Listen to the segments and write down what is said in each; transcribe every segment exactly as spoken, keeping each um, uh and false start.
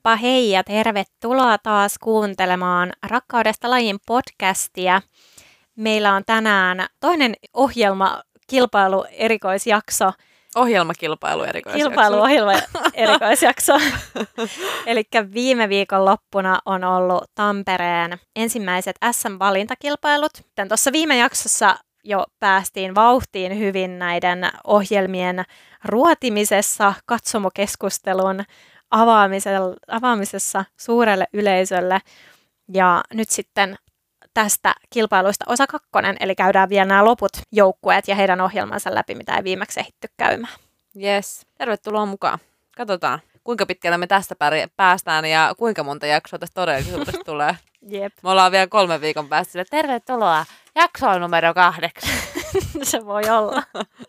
Heippa hei ja tervetuloa taas kuuntelemaan Rakkaudesta lajin podcastia. Meillä on tänään toinen ohjelma, kilpailu, erikoisjakso. Ohjelmakilpailu erikoisjakso. Kilpailuohjelma erikoisjakso. Eli viime viikon loppuna on ollut Tampereen ensimmäiset S M-valintakilpailut. Tuossa viime jaksossa jo päästiin vauhtiin hyvin näiden ohjelmien ruotimisessa, katsomokeskustelun avaamisessa suurelle yleisölle. Ja nyt sitten tästä kilpailuista osa kakkonen, eli käydään vielä nämä loput joukkueet ja heidän ohjelmansa läpi, mitä ei viimeksi ehditty käymään. Yes, tervetuloa mukaan. Katsotaan, kuinka pitkälle me tästä päästään ja kuinka monta jaksoa tästä todellisuudesta tulee. Jep. Me ollaan vielä kolmen viikon päästä sille, tervetuloa jaksoon numero kahdeksan. Se voi olla.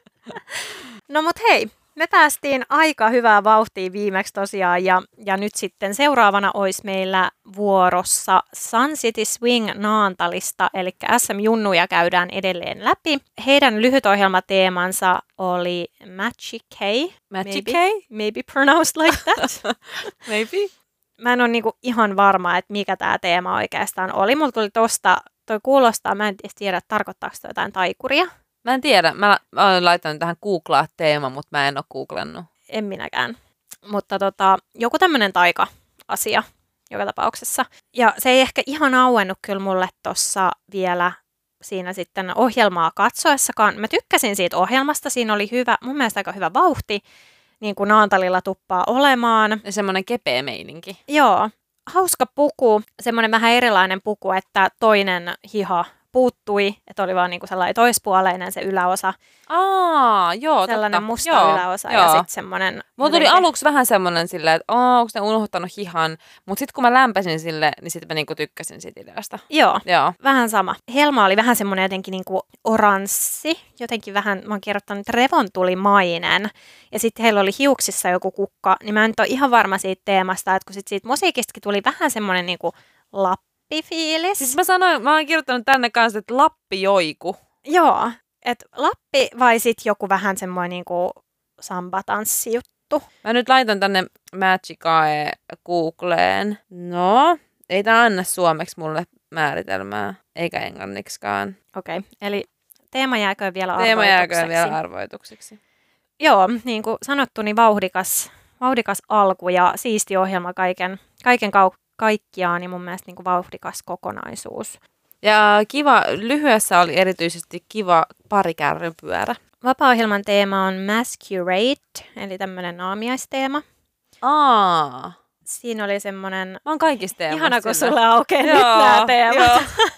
No mut hei, me päästiin aika hyvää vauhtia viimeksi tosiaan ja, ja nyt sitten seuraavana olisi meillä vuorossa Sun City Swing Naantalista, eli S M-junnuja käydään edelleen läpi. Heidän lyhytohjelmateemansa oli Magic K. Magic K? Maybe, maybe pronounced like that. Maybe. Mä en ole niinku ihan varma, että mikä tämä teema oikeastaan oli. Mulla tuli tosta, toi kuulostaa, mä en tiedä, tarkoittaako toi jotain taikuria. Mä en tiedä. Mä, mä olen laittanut tähän googlaa teema, mutta mä en ole googlannut. En minäkään. Mutta tota, joku tämmöinen taika-asia joka tapauksessa. Ja se ei ehkä ihan auennut kyllä mulle tuossa vielä siinä sitten ohjelmaa katsoessakaan. Mä tykkäsin siitä ohjelmasta. Siinä oli hyvä, mun mielestä aika hyvä vauhti, niin kuin Naantalilla tuppaa olemaan. Ja semmoinen kepeä meininki. Joo. Hauska puku. Semmoinen vähän erilainen puku, että toinen hiha puuttui, että oli vaan niinku sellainen toispuoleinen se yläosa. Aa, joo, sellainen totta. musta joo, yläosa joo. ja sitten semmoinen. Mulla tuli aluksi vähän semmoinen silleen, että onko ne unohtanut hihan, mutta sitten kun mä lämpäsin sille, niin sitten mä niinku tykkäsin siitä ideasta. Joo, joo, vähän sama. Helma oli vähän semmoinen jotenkin niinku oranssi, jotenkin vähän, mä oon kirjoittanut revontulimainen. Ja sitten heillä oli hiuksissa joku kukka, niin mä en nyt ole ihan varma siitä teemasta, että kun sit siitä musiikistakin tuli vähän semmoinen niinku Lappi-fiilis. Siis mä sanoin, mä oon kirjoittanut tänne kanssa, että Lappi-joiku. Joo, että Lappi vai sitten joku vähän semmoinen niinku samba-tanssijuttu. Mä nyt laitan tänne Magicae Googleen. No, ei tää anna suomeksi mulle määritelmää, eikä englanniksikaan. Okei, okay, eli teema jääköön vielä teema arvoitukseksi. jääköön vielä arvoitukseksi. Joo, niin kuin sanottu, niin vauhdikas, vauhdikas alku ja siisti ohjelma kaiken, kaiken kau- kaikkiaan, niin mun mielestä niin kuin vauhdikas kokonaisuus. Ja kiva, lyhyessä oli erityisesti kiva parikärrypyörä. Vapaa-ohjelman teema on Masquerade, eli tämmöinen naamiaisteema. Aa. Siinä oli semmoinen. Mä oon kaikista teemasta. Ihana, kun sulle aukeaa nyt nämä teemat.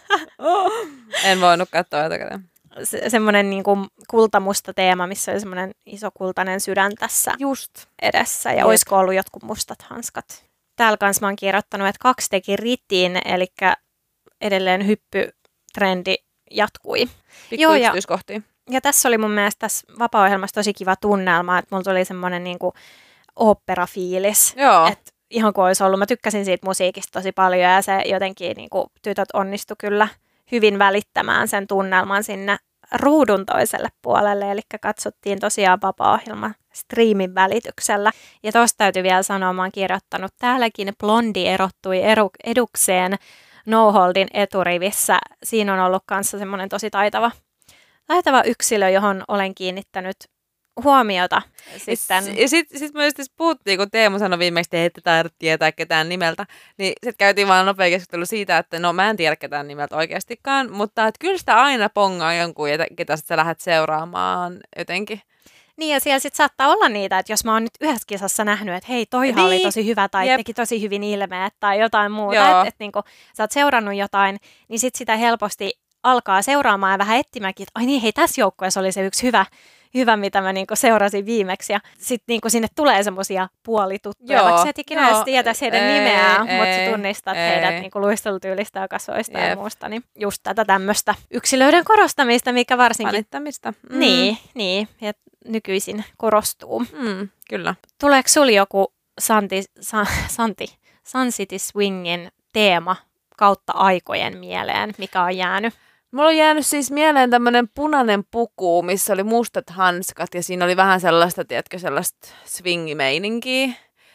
En voinut katsoa etukäteen. Se, semmoinen niin kuin kultamusta teema, missä oli semmoinen iso kultainen sydän tässä Just. edessä. Ja Jep. Olisiko ollut jotkut mustat hanskat. Täällä kanssa mä oon kirjoittanut, että kaksi teki ritin, eli edelleen hyppytrendi jatkui. Pikku yksityiskohtia. Ja, ja tässä oli mun mielestä tässä vapaa-ohjelmassa tosi kiva tunnelma, että mulla tuli semmoinen niinku oopperafiilis. Joo. Että ihan kuin olisi ollut, mä tykkäsin siitä musiikista tosi paljon ja se jotenkin niinku, tytöt onnistu kyllä hyvin välittämään sen tunnelman sinne ruudun toiselle puolelle, eli katsottiin tosiaan vapaa-ohjelma striimin välityksellä. Ja tosta täytyy vielä sanoa, mä oon kirjoittanut, täälläkin Blondi erottui eru- edukseen No Holdin eturivissä. Siinä on ollut kanssa semmoinen tosi taitava, taitava yksilö, johon olen kiinnittänyt huomiota. Sitten. Ja sitten sit myös puhuttiin, kun Teemu sanoi viimeksi, että ei tarvitse tietää ketään nimeltä, niin sitten käytiin vaan nopea keskustelu siitä, että no mä en tiedä ketään nimeltä oikeastikaan, mutta että kyllä sitä aina pongaa jonkun, ketä sä lähdet seuraamaan jotenkin. Niin ja siellä sitten saattaa olla niitä, että jos mä oon nyt yhdessä kisassa nähnyt, että hei toihan niin. oli tosi hyvä tai Jep. teki tosi hyvin ilmeet tai jotain muuta, että et, niinku, sä oot seurannut jotain, niin sitten sitä helposti alkaa seuraamaan ja vähän etsimäänkin, että ai niin hei tässä joukkueessa oli se yksi hyvä, hyvä mitä mä niinku seurasin viimeksi ja sitten niinku sinne tulee semmoisia puolituttuja, Joo, vaikka sä et ikinä edes tietäisi heidän ei, nimeään, ei, mutta sä tunnistat ei. heidät niinku luistelutyylistä ja kasvoista Jep. ja muusta, niin just tätä tämmöistä yksilöiden korostamista, mikä varsinkin Fanittamista. Mm. Niin, niin, ja nykyisin korostuu. Mm, kyllä. Tuleeko sinulla joku Santi, Sa, Santi, Sun City Swingin teema kautta aikojen mieleen, mikä on jäänyt? Mulla on jäänyt siis mieleen tämmönen punainen puku, missä oli mustat hanskat ja siinä oli vähän sellaista, tiedätkö, sellaista swingimeininkiä.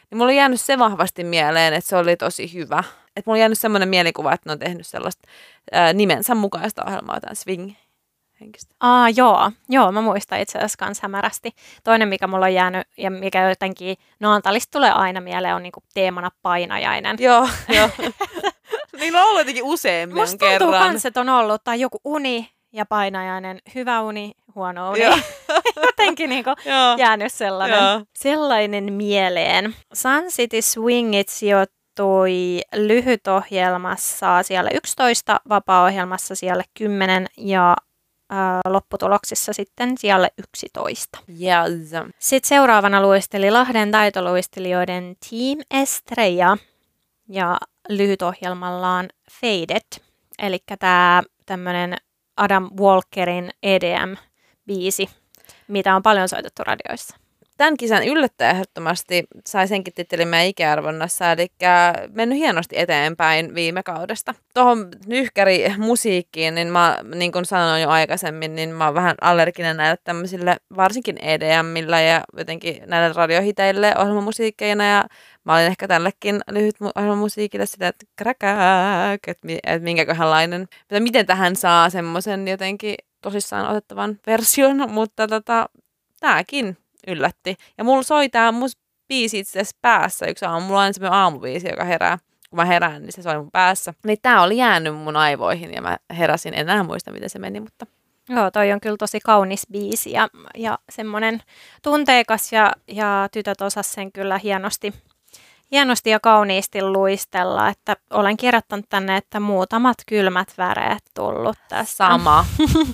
niin mulla on jäänyt se vahvasti mieleen, että se oli tosi hyvä. Että mulla on jäänyt semmoinen mielikuva, että ne on tehnyt sellaista ää, nimensä mukaista ohjelmaa, jotain swing-henkistä. Aa, joo. Joo, mä muistan itse asiassa kans hämärästi. Toinen, mikä mulla on jäänyt ja mikä jotenkin Naantalista tulee aina mieleen, on niinku teemana painajainen. Joo, joo. Niillä on ollut jotenkin useammin Musta kerran. tuntuu kans, että on ollut tai joku uni ja painajainen, hyvä uni, huono uni. Jotenkin niinku jäänyt sellainen, sellainen mieleen. Sun City Swingit sijoittui lyhytohjelmassa siellä yksitoista, vapaa-ohjelmassa siellä kymmenen ja ää, lopputuloksissa sitten siellä yksitoista. Yes. Sitten seuraavana luisteli Lahden taitoluistelijoiden Team Estrella ja lyhytohjelmallaan Faded, eli tämä tämmöinen Adam Walkerin E D M-biisi, mitä on paljon soitettu radioissa. Tämän kisan yllättäjä ehdottomasti sai senkin tittelin meidän ikäarvonnassa, eli mennyt hienosti eteenpäin viime kaudesta. Tuohon nyhkäri musiikkiin, niin mä, niin kuin sanoin jo aikaisemmin, niin mä oon vähän allerginen näille tämmöisille, varsinkin E D Millä ja jotenkin näille radiohiteille ohjelmamusiikkeina, ja mä olin ehkä tällekin lyhyt ohjelmamusiikille sitä, että kräkääk, että, että minkäköhänlainen, että miten tähän saa semmoisen jotenkin tosissaan otettavan version, mutta tota, tääkin yllätti. Ja mulla soi tää mun biisi itse asiassa päässä yksi aamu. Mulla on semmoinen aamubiisi, joka herää. Kun mä herään, niin se soi mun päässä. Niin tää oli jäänyt mun aivoihin ja mä heräsin. En enää muista, miten se meni, mutta... Joo, toi on kyllä tosi kaunis biisi ja, ja semmoinen tunteikas ja, ja tytöt osas sen kyllä hienosti, hienosti ja kauniisti luistella. Että olen kirjoittanut tänne, että muutamat kylmät väreet tullut tässä. Sama.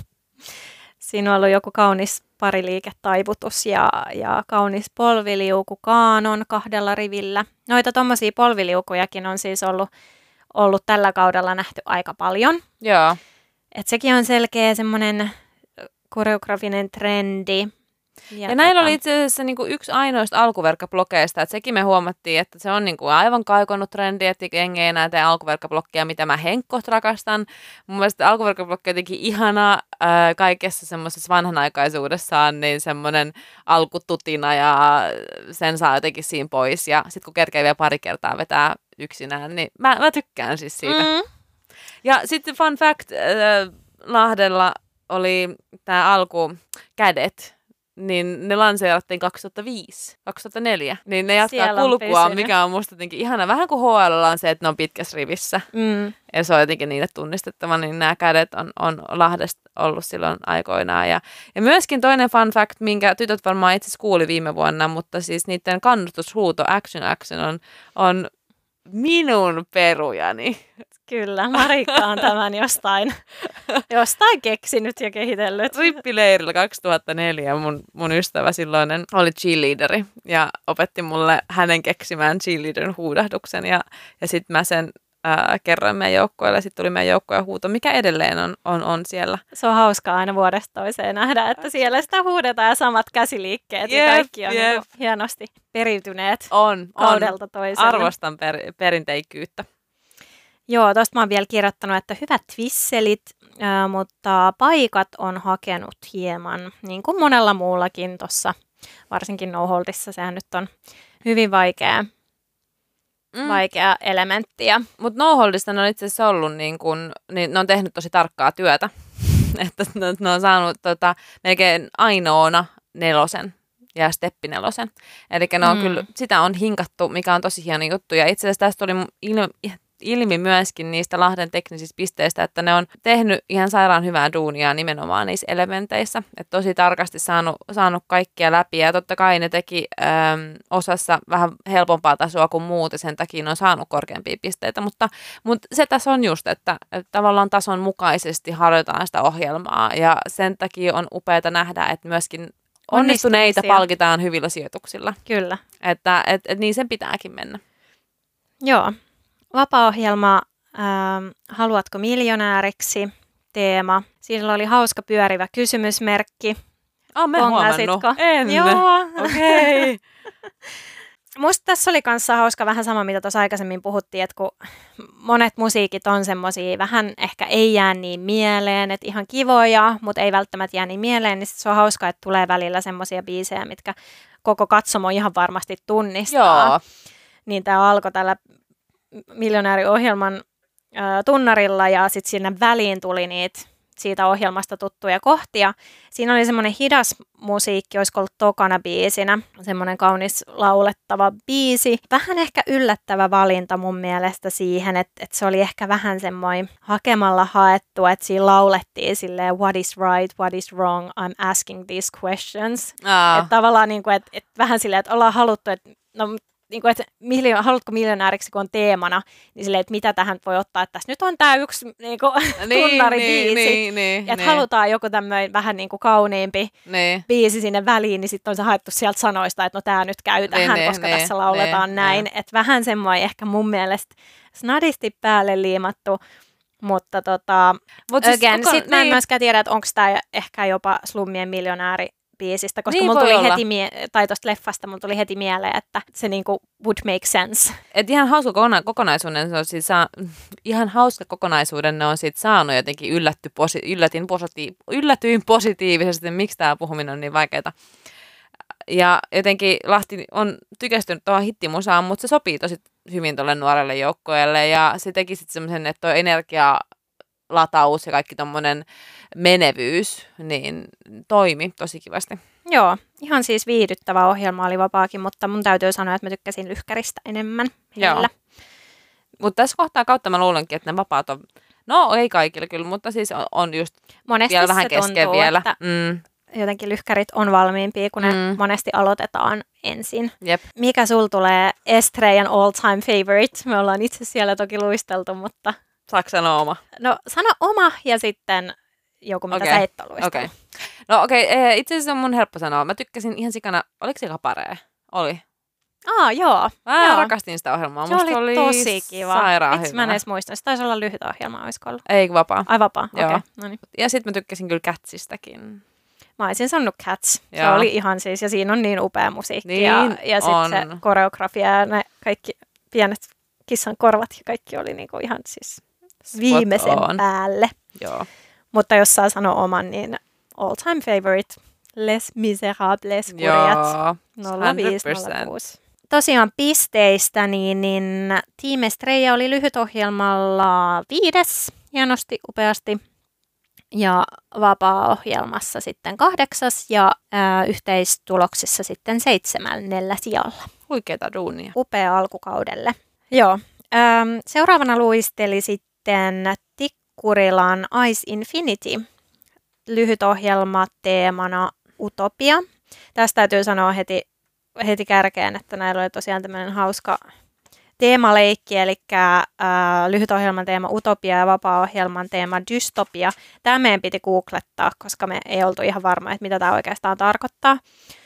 Siinä on ollut joku kaunis pariliiketaivutus ja, ja kaunis polviliuku kaanon kahdella rivillä. Noita tommosia polviliukujakin on siis ollut, ollut tällä kaudella nähty aika paljon. Joo. Et sekin on selkeä semmoinen koreografinen trendi. Ja, ja näillä oli itse asiassa niinku yksi ainoista alkuverkkablokeista, että sekin me huomattiin, että se on niinku aivan kaikonnut trendi, että jengi ei enää tee alkuverkkablokkia, mitä mä henkkoht rakastan. Mun mielestä alkuverkkablokki on jotenkin ihana ää, kaikessa semmoisessa vanhanaikaisuudessaan, niin semmoinen alkututina ja sen saa jotenkin siinä pois. Ja sitten kun kerkee vielä pari kertaa vetää yksinään, niin mä, mä tykkään siis siitä. Mm. Ja sitten fun fact, äh, Lahdella oli tämä alku Kädet. Niin ne lanseerattiin kaksituhattaviisi kaksituhattaneljä. Niin ne jatkaa kulkua, mikä on musta jotenkin ihana. Vähän kuin H L on se, että ne on pitkässä rivissä. Mm. Ja se on jotenkin niille tunnistettava, niin nämä Kädet on, on Lahdesta ollut silloin aikoinaan. Ja, ja myöskin toinen fun fact, minkä tytöt varmaan itse asiassa kuuli viime vuonna, mutta siis niiden kannustushuuto Action Action on, on minun perujani. Kyllä, Marikka on tämän jostain, jostain keksinyt ja kehitellyt. Rippileirillä kaksituhattaneljä mun, mun ystävä silloinen oli cheerleaderi ja opetti mulle hänen keksimään cheerleaderin huudahduksen ja, ja sitten mä sen ää, kerroin meidän joukkoille ja sitten tuli meidän joukkojen huuto, mikä edelleen on, on, on siellä. Se on hauskaa aina vuodesta toiseen nähdä, että siellä sitä huudetaan ja samat käsiliikkeet yep, ja kaikki on yep. niin hienosti periytyneet on, kaudelta on. toiselle. Arvostan per, perinteikkyyttä. Joo, tuosta mä oon vielä kirjoittanut, että hyvät twisselit, äh, mutta paikat on hakenut hieman, niin kuin monella muullakin tuossa, varsinkin No Holdissa, sehän nyt on hyvin vaikea, mm. vaikea elementti. Mutta No Holdista ne on itse asiassa ollut, niin kun, niin ne on tehnyt tosi tarkkaa työtä, että ne on saanut tota, melkein ainoana nelosen ja steppinelosen. Eli ne on mm. kyllä, sitä on hinkattu, mikä on tosi hieno juttu, ja itse asiassa tästä oli ilme, ilmi myöskin niistä Lahden teknisistä pisteistä, että ne on tehnyt ihan sairaan hyvää duunia nimenomaan niissä elementeissä. Että tosi tarkasti saanut, saanut kaikkia läpi ja totta kai ne teki äm, osassa vähän helpompaa tasoa kuin muut ja sen takia ne on saanut korkeampia pisteitä. Mutta, mutta se tässä on just, että, että tavallaan tason mukaisesti harjoitetaan sitä ohjelmaa ja sen takia on upeaa nähdä, että myöskin onnistuneita palkitaan hyvillä sijoituksilla. Kyllä. Että et, et niin sen pitääkin mennä. Joo. Vapaa-ohjelma ähm, Haluatko miljonääriksi? Teema. Siinä oli hauska pyörivä kysymysmerkki. Oh, mä en huomannut. En. Joo. Okei. Okay. Musta tässä oli kanssa hauska vähän sama, mitä tuossa aikaisemmin puhuttiin, että kun monet musiikit on semmosia vähän ehkä ei jää niin mieleen, että ihan kivoja, mutta ei välttämättä jää niin mieleen, niin sit se on hauska, että tulee välillä semmosia biisejä, mitkä koko katsomo ihan varmasti tunnistaa. Joo. Niin tämä alkoi tällä miljonääriohjelman äh, tunnarilla ja sitten sinne väliin tuli niitä siitä ohjelmasta tuttuja kohtia. Siinä oli semmoinen hidas musiikki, olisiko ollut tokana biisinä, semmoinen kaunis laulettava biisi. Vähän ehkä yllättävä valinta mun mielestä siihen, että, että se oli ehkä vähän semmoinen hakemalla haettu, että siinä laulettiin silleen what is right, what is wrong, I'm asking these questions. Aa. Että tavallaan niin kuin, että, että vähän silleen, että ollaan haluttu, että no, niin kuin, että miljo- haluatko miljonääriksi, kun on teemana, niin silleen, että mitä tähän voi ottaa, että tässä nyt on tämä yksi niin kuin, Niin, tunnaribiisi, niin, niin, niin, että niin. halutaan joku tämmöinen vähän niin kuin kauniimpi Niin. biisi sinne väliin, niin sitten on se haettu sieltä sanoista, että no tämä nyt käy tähän, Niin, koska niin, tässä lauletaan niin, näin. niin. Että vähän semmoinen ehkä mun mielestä snadisti päälle liimattu, mutta tota, Mut siis again, koko- sitten mä en niin. myöskään tiedä, että onko tämä ehkä jopa Slummien miljonääri biisistä, koska Niin mulla voi tuli olla. heti, mie- tai tosta leffasta mulla tuli heti mieleen, että se niinku would make sense. Et ihan hauska kokona- kokonaisuuden, se on siis saa, ihan hauska kokonaisuuden ne on siitä saanut jotenkin yllätty, posi, yllätin positi- yllätyin positiivisesti, miksi tämä puhuminen on niin vaikeaa. Ja jotenkin Lahti on tykästynyt tuohon hittimusaan, mutta se sopii tosi hyvin tuolle nuorelle joukkueelle ja se teki sitten semmoisen, että tuo energialataus ja kaikki tommonen menevyys, niin toimi tosi kivasti. Joo, ihan siis viihdyttävä ohjelma oli vapaakin, mutta mun täytyy sanoa, että mä tykkäsin Lyhkäristä enemmän heillä. Mutta tässä kohtaa kautta mä luulenkin, että ne vapaat on, no ei kaikille kyllä, mutta siis on, on just Monesti vielä vähän se kesken tuntuu, vielä. että Mm, jotenkin lyhkärit on valmiimpia, kun ne Mm. monesti aloitetaan ensin. jep. Mikä sul tulee Estrejan all time favorite? Me ollaan itse siellä toki luisteltu, mutta Saatko sanoa oma? no sano oma ja sitten joku, mitä Okei, sä et ole luistellut. Okei. No okei, okay, itse asiassa on mun helppo sanoa. Mä tykkäsin ihan sikana, oliko se kaparee? Oli. Aa, joo. Mä joo. rakastin sitä ohjelmaa. Se Musta oli tosi kiva. sairaan Miksi mä en hyvä. edes muista? Se taisi olla lyhyt ohjelma, olisiko ollut? Ei vapaa. Ai vapaa, okei. Joo. Okay. No niin. Ja sit mä tykkäsin kyllä Catsistäkin. Mä olisin sanonut Cats. Se Joo. oli ihan siis, ja siinä on niin upea musiikki. Niin ja ja on. sitten se koreografia ja ne kaikki pienet kissan korvat ja kaikki oli niinku ihan siis viimeisen on. päälle. Joo. Mutta jos saa sanoa oman, niin all time favorite, Les Miserables kurjat. Joo. nolla viisi nolla kuusi. Tosiaan pisteistä, niin, niin Team Estrella oli lyhytohjelmalla viides, hienosti, upeasti. Ja vapaa-ohjelmassa sitten kahdeksas ja ää, yhteistuloksissa sitten seitsemännellä sijalla. Huikeeta duunia. Upea alkukaudelle. Joo. Ähm, seuraavana luisteli sitten Tikkurilan Ice Infinity. Lyhyt ohjelma teemana Utopia. Tästä täytyy sanoa heti, heti kärkeen, että näillä oli tosiaan tämmöinen hauska teemaleikki, eli äh, lyhytohjelman teema Utopia ja vapaa-ohjelman teema Dystopia. Tämä meidän piti googlettaa, koska me ei oltu ihan varma, että mitä tämä oikeastaan tarkoittaa.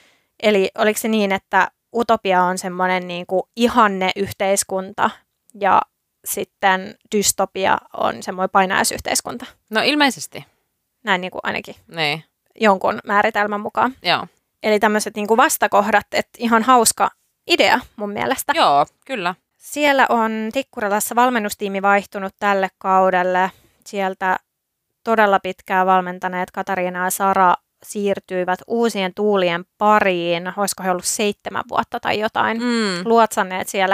Eli oliko se niin, että Utopia on semmoinen niin kuin ihanne yhteiskunta ja sitten dystopia on semmoinen painajaisyhteiskunta. No ilmeisesti. Näin niin kuin ainakin Niin. jonkun määritelmän mukaan. Joo. Eli tämmöiset niin kuin vastakohdat, että ihan hauska idea mun mielestä. Joo, kyllä. Siellä on Tikkurilassa valmennustiimi vaihtunut tälle kaudelle. Sieltä todella pitkään valmentaneet Katariina ja Sara siirtyivät uusien tuulien pariin. Olisiko he ollut seitsemän vuotta tai jotain. Mm. Luotsanneet siellä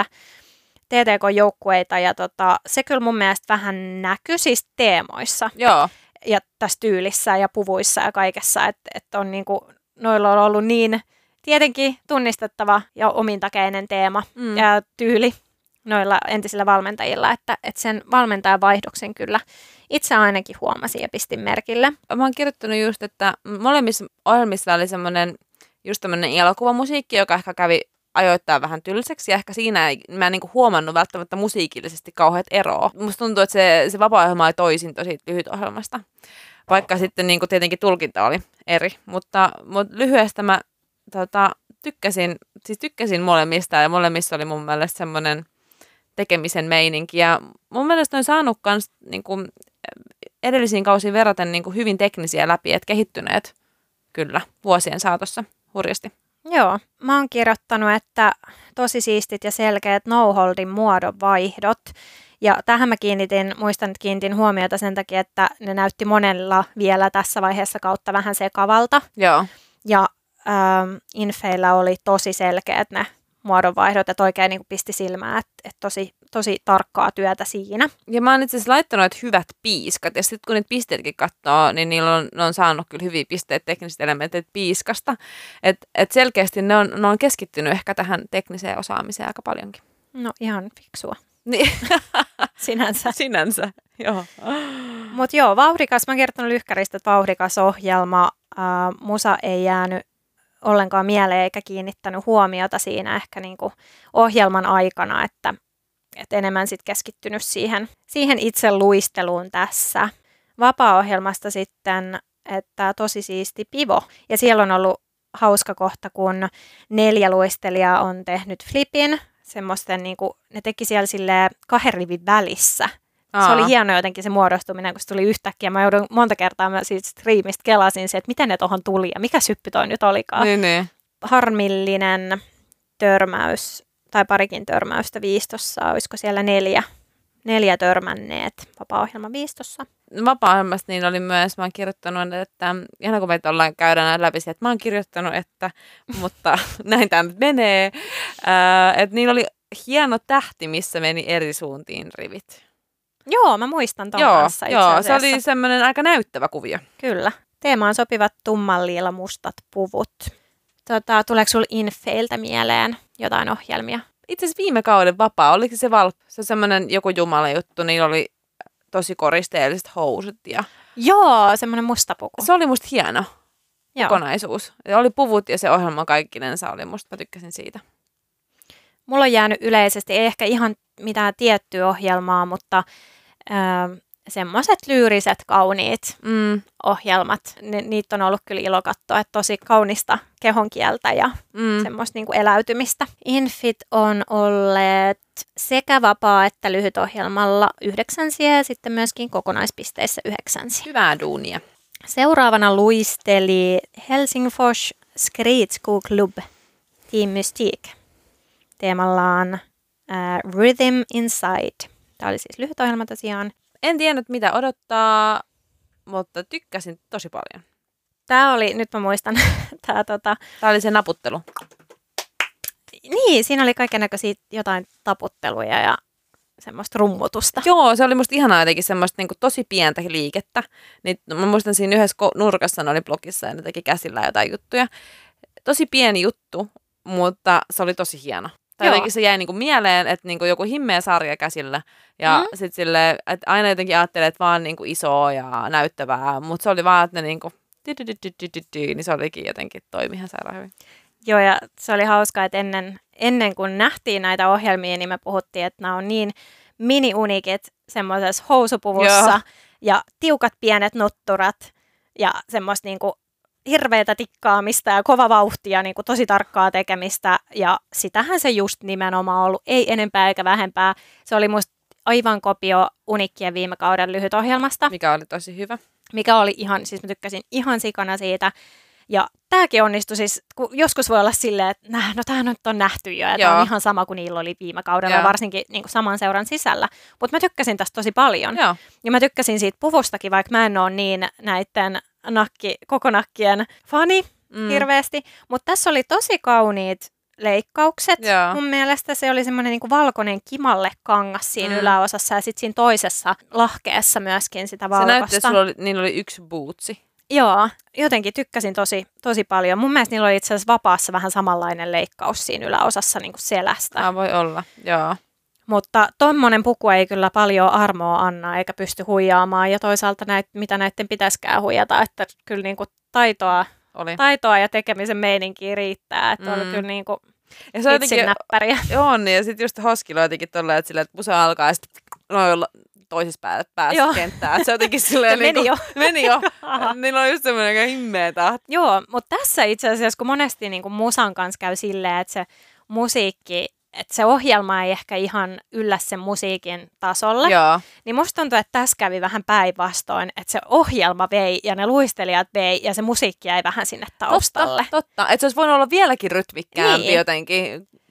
T T K-joukkueita. Ja tota, se kyllä mun mielestä vähän näkyy siis teemoissa Joo. ja tässä tyylissä ja puvuissa ja kaikessa. Että et on niinku, noilla on ollut niin tietenkin tunnistettava ja omintakeinen teema Mm. ja tyyli noilla entisillä valmentajilla, että, että sen valmentajan vaihdoksen kyllä itse ainakin huomasin ja pistin merkille. Mä oon kirjoittanut just, että molemmissa ohjelmissa oli semmoinen just tämmöinen elokuvamusiikki, joka ehkä kävi ajoittain vähän tylsäksi, ja ehkä siinä ei, mä en niinku huomannut välttämättä musiikillisesti kauheat eroa. Musta tuntuu, että se, se vapaa-ohjelma oli toisin tosi lyhyt ohjelmasta, vaikka sitten niinku tietenkin tulkinta oli eri, mutta, mutta lyhyestä mä tota, tykkäsin, siis tykkäsin molemmista, ja molemmissa oli mun mielestä semmoinen tekemisen meininki, ja mun mielestä on saanut kans niinku edellisiin kausiin verraten niinku hyvin teknisiä läpi, että kehittyneet kyllä vuosien saatossa hurjasti. Joo, mä oon kirjoittanut, että tosi siistit ja selkeät no-holdin muodonvaihdot. Ja tähän mä kiinnitin, muistan, että kiinnitin huomiota sen takia, että ne näytti monella vielä tässä vaiheessa kautta vähän sekavalta. Joo. Ja ähm, infeillä oli tosi selkeät ne muodonvaihdot, että oikein niin kuin pisti silmään, että, että tosi, tosi tarkkaa työtä siinä. Ja mä oon itse asiassa laittanut että hyvät piiskat, ja sitten kun niitä pisteetkin katsoo, niin niillä on, ne on saanut kyllä hyviä pisteet tekniset elementit piiskasta. Että et selkeästi ne on, ne on keskittynyt ehkä tähän tekniseen osaamiseen aika paljonkin. No ihan fiksua. Niin. Sinänsä. Sinänsä, joo. Mutta joo, vauhdikas. Mä oon kertonut Lyhkäristä, että vauhdikas ohjelma. Äh, musa ei jäänyt ollenkaan mieleen eikä kiinnittänyt huomiota siinä ehkä niinku ohjelman aikana, että, että enemmän sit keskittynyt siihen, siihen itse luisteluun tässä. Vapaa-ohjelmasta sitten, että tosi siisti pivo. Ja siellä on ollut hauska kohta, kun neljä luistelijaa on tehnyt flipin. Semmoisten, niinku, ne teki siellä silleen kahden rivin välissä. Aa. Se oli hieno jotenkin se muodostuminen, kun se tuli yhtäkkiä. Mä joudun monta kertaa mä siitä striimistä kelasin se, että miten ne tohon tuli ja mikä syppy toi nyt olikaan. Niin, niin. Harmillinen törmäys, tai parikin törmäystä viistossa. Olisiko siellä neljä, neljä törmänneet vapaa-ohjelman viistossa? Vapaa-ohjelmasta niin oli myös, mä oon kirjoittanut, että ihan kun meitä ollaan käydään läpi että mä oon kirjoittanut, että, mutta näin tämä nyt menee, äh, että niillä oli hieno tähti, missä meni eri suuntiin rivit. Joo, mä muistan ton joo, kanssa itse joo, asiassa. Se oli semmoinen aika näyttävä kuvio. Kyllä. Teemaan sopivat tummanliilla mustat puvut. Tota, tuleeko sulla Infeiltä mieleen jotain ohjelmia? Itse asiassa viime kauden vapaa, oliko se Valp? Se semmoinen joku jumala juttu, niin oli tosi koristeelliset housut. Ja joo, semmoinen musta puku. Se oli musta hieno joo. kokonaisuus. Ja oli puvut ja se ohjelma kaikkinensa oli musta, mä tykkäsin siitä. Mulla on jäänyt yleisesti, ei ehkä ihan mitään tiettyä ohjelmaa, mutta Öö, semmoiset lyyriset, kauniit mm. ohjelmat, Ni, niitä on ollut kyllä ilo katsoa, että tosi kaunista kehonkieltä ja mm. semmoista niinku eläytymistä. Infit on olleet sekä vapaa- että lyhytohjelmalla yhdeksänsiä ja sitten myöskin kokonaispisteissä yhdeksänsiä. Hyvää duunia. Seuraavana luisteli Helsingfors Skridskoklubb Team Mystique. Teemallaan äh, Rhythm Inside. Tämä oli siis lyhyt ohjelma tosiaan. En tiennyt mitä odottaa, mutta tykkäsin tosi paljon. Tämä oli, nyt mä muistan, tämä tota... Tämä oli se naputtelu. Niin, siinä oli kaikennäköisiä jotain taputteluja ja semmoista rummutusta. Joo, se oli musta ihanaa jotenkin semmoista niin kuin tosi pientä liikettä. Niin, mä muistan siinä yhdessä nurkassa ne oli blogissa ja ne teki käsillä jotain juttuja. Tosi pieni juttu, mutta se oli tosi hieno. Tai joo. jotenkin se jäi niinku mieleen, että niinku joku himmeä sarja käsillä. Ja mm. sitten silleen, että aina jotenkin ajattelee, että vaan niinku isoa ja näyttävää. Mutta se oli vaan, että ne niinku, niin se olikin jotenkin toimi ihan sairaan hyvin. Joo, ja se oli hauskaa, että ennen, ennen kuin nähtiin näitä ohjelmia, niin me puhuttiin, että nämä on niin mini-unikit semmoisessa housupuvussa. Joo. Ja tiukat pienet nutturat ja semmoista niinku hirveätä tikkaamista ja kova vauhtia, niin kuin tosi tarkkaa tekemistä, ja sitähän se just nimenomaan ollut, ei enempää eikä vähempää. Se oli musta aivan kopio Unikkien viime kauden lyhytohjelmasta. Mikä oli tosi hyvä. Mikä oli ihan, siis mä tykkäsin ihan sikana siitä, ja tääkin onnistui siis, kun joskus voi olla silleen, että no tämähän nyt on nähty jo, ja tämä on ihan sama kuin niillä oli viime kaudella, Joo. varsinkin niin kuin saman seuran sisällä. Mutta mä tykkäsin tästä tosi paljon. Joo. Ja mä tykkäsin siitä puvustakin, vaikka mä en ole niin näiden nakki, kokonakkien fani mm. hirveästi. Mutta tässä oli tosi kauniit leikkaukset. Joo. Mun mielestä se oli semmoinen niin kuin valkoinen kimalle kangas siinä mm. yläosassa, ja sitten siinä toisessa lahkeessa myöskin sitä valkoista. Se näytti, että sulla oli, niillä oli yksi bootsi. Joo, jotenkin tykkäsin tosi, tosi paljon. Mun mielestä niillä oli itse asiassa vapaassa vähän samanlainen leikkaus siinä yläosassa niin kuin selästä. Ah, voi olla, joo. Mutta tommonen puku ei kyllä paljon armoa anna eikä pysty huijaamaan. Ja toisaalta näit, mitä näiden pitäisikään huijata, että kyllä niin kuin taitoa, oli. taitoa ja tekemisen meininkiä riittää. Että mm. oli kyllä niin kuin ja se on itsin näppäriä. Joo, niin ja sitten just Hoskilla jotenkin tolleen, että, että musa alkaa ja sitten noilla toisessa päässä päässä kenttää. Se jotenkin silleen meni, niin kuin, jo. meni jo. Niillä on just semmoinen aika himmeä tahti. Joo, mutta tässä itse asiassa, kun monesti niin kuin musan kanssa käy silleen, että se musiikki, että se ohjelma ei ehkä ihan yllä sen musiikin tasolle, Joo. niin musta tuntuu, että tässä kävi vähän päinvastoin, että se ohjelma vei ja ne luistelijat vei ja se musiikki jäi vähän sinne taustalle. Totta, totta. Että se olisi voinut olla vieläkin rytmikkäämpi niin. jotenkin.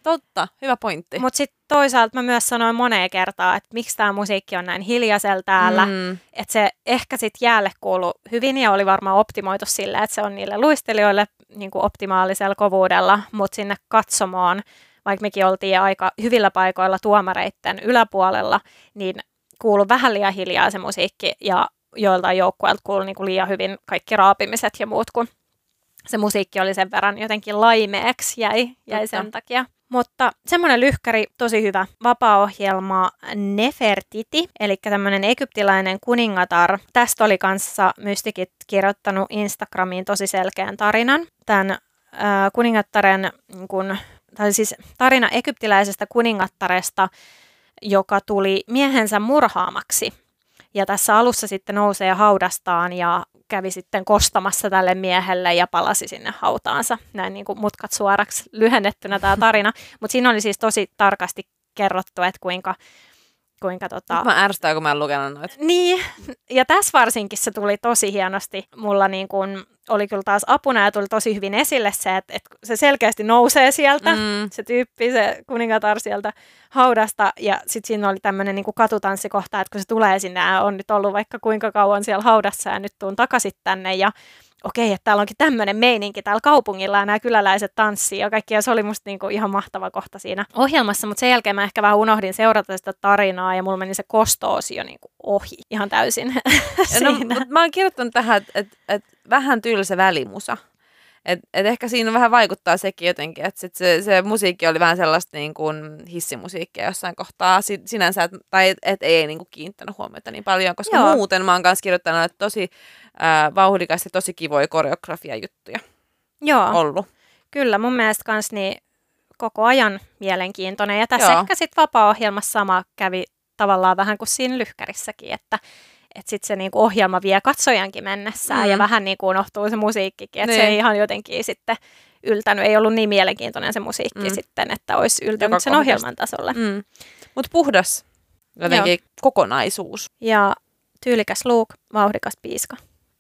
totta. Hyvä pointti. Mutta sitten toisaalta mä myös sanoin moneen kertaan, että miksi tämä musiikki on näin hiljaisella täällä. Mm. Että se ehkä sitten jäälle kuului hyvin ja oli varmaan optimoitu sillä, että se on niille luistelijoille niin kuin optimaalisella kovuudella, mutta sinne katsomoon, vaikka mekin oltiin aika hyvillä paikoilla tuomareitten yläpuolella, niin kuului vähän liian hiljaa se musiikki ja joiltain joukkueilta kuului niin kuin liian hyvin kaikki raapimiset ja muut, kun se musiikki oli sen verran jotenkin laimeeksi jäi, jäi sen takia. Mutta semmoinen lyhkäri, tosi hyvä vapaa-ohjelma Nefertiti, eli tämmöinen egyptiläinen kuningatar. Tästä oli kanssa Mystikit kirjoittanut Instagramiin tosi selkeän tarinan. Tämän äh, kuningattaren, kun, tai siis tarina egyptiläisestä kuningattaresta, joka tuli miehensä murhaamaksi. Ja tässä alussa sitten nousee haudastaan ja kävi sitten kostamassa tälle miehelle ja palasi sinne hautaansa. Näin niin kuin mutkat suoraksi lyhennettynä tämä tarina. Mutta siinä oli siis tosi tarkasti kerrottu, että kuinka... kuinka tota... Mä ärsytän, kun mä en lukenut noita. Niin, ja tässä varsinkin se tuli tosi hienosti. Mulla niin kun oli kyllä taas apuna ja tuli tosi hyvin esille se, että, että se selkeästi nousee sieltä, mm. se tyyppi, se kuningatar sieltä haudasta. Ja sitten siinä oli tämmöinen niin kuin katutanssikohta, että kun se tulee sinne ja on nyt ollut vaikka kuinka kauan siellä haudassa ja nyt tuun takaisin tänne ja okei, että täällä onkin tämmöinen meininki täällä kaupungilla ja nämä kyläläiset tanssii ja kaikki. Ja se oli musta niinku ihan mahtava kohta siinä ohjelmassa, mutta sen jälkeen mä ehkä vähän unohdin seurata sitä tarinaa ja mulla meni se kosto-osio niinku ohi ihan täysin no, mä oon kirjoittanut tähän, että et, et vähän tylsä välimusa. Että et ehkä siinä vähän vaikuttaa sekin jotenkin, että sit se, se musiikki oli vähän sellaista niin kuin hissimusiikkia jossain kohtaa si, sinänsä, et, tai että et ei niin kuin kiinnittänyt huomiota niin paljon, koska Joo. muuten mä oon kanssa kirjoittanut että tosi äh, vauhdikas ja tosi kivoja koreografiajuttuja Joo. ollut. Kyllä, mun mielestä kans niin koko ajan mielenkiintoinen. Ja tässä Joo. ehkä sitten vapaa-ohjelmassa sama kävi tavallaan vähän kuin siinä lyhkärissäkin, että että sitten se niinku ohjelma vie katsojankin mennessään mm. ja vähän niinku unohtuu se musiikkikin, että niin. se ei ihan jotenkin sitten yltänyt, ei ollut niin mielenkiintoinen se musiikki mm. sitten, että olisi yltänyt Joka sen kohdasta. Ohjelman tasolle. Mm. Mutta puhdas jotenkin Joo. kokonaisuus. Ja tyylikäs Luke, vauhdikas piiska.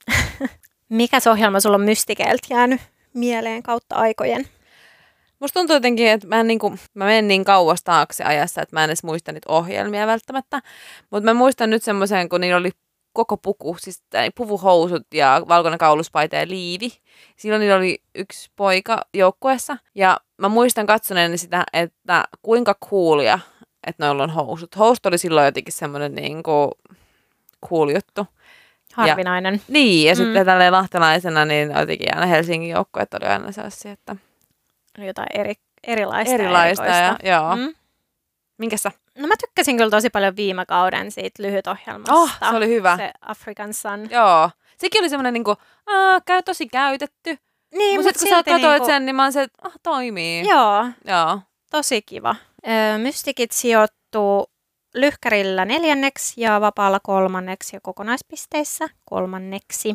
Mikäs ohjelma sulla on Mystikeeltä jäänyt mieleen kautta aikojen? Musta tuntuu jotenkin, että mä, en niin kuin, mä menen niin kauas taakse ajassa, että mä en edes muista niitä ohjelmia välttämättä. Mutta mä muistan nyt semmoisen, kun niillä oli koko puku, siis puvuhousut ja valkoinen kauluspaita ja liivi. Silloin niillä oli yksi poika joukkueessa. Ja mä muistan katsoneeni sitä, että kuinka coolia, että noilla on housut. Housut oli silloin jotenkin semmoinen niin kuin cool juttu. Harvinainen. Ja, niin, ja mm. sitten tälleen lahtelaisena, niin jotenkin aina Helsingin joukkueet oli aina sellaisia, että... Jotain eri, erilaista, erilaista ja, joo. Mm. Minkä sä? No mä tykkäsin kyllä tosi paljon viime kauden siitä lyhytohjelmasta. Oh, se oli hyvä. Se African Sun. Joo. Sekin oli semmoinen niinku, aah, käy tosi käytetty. Niin, mutta mut sit, kun sä katsoit niinku... sen, niin mä oon se, että ah, toimii. Joo. Joo. Tosi kiva. Ö, Mystikit sijoittuu lyhkärillä neljänneksi ja vapaalla kolmanneksi ja kokonaispisteissä kolmanneksi.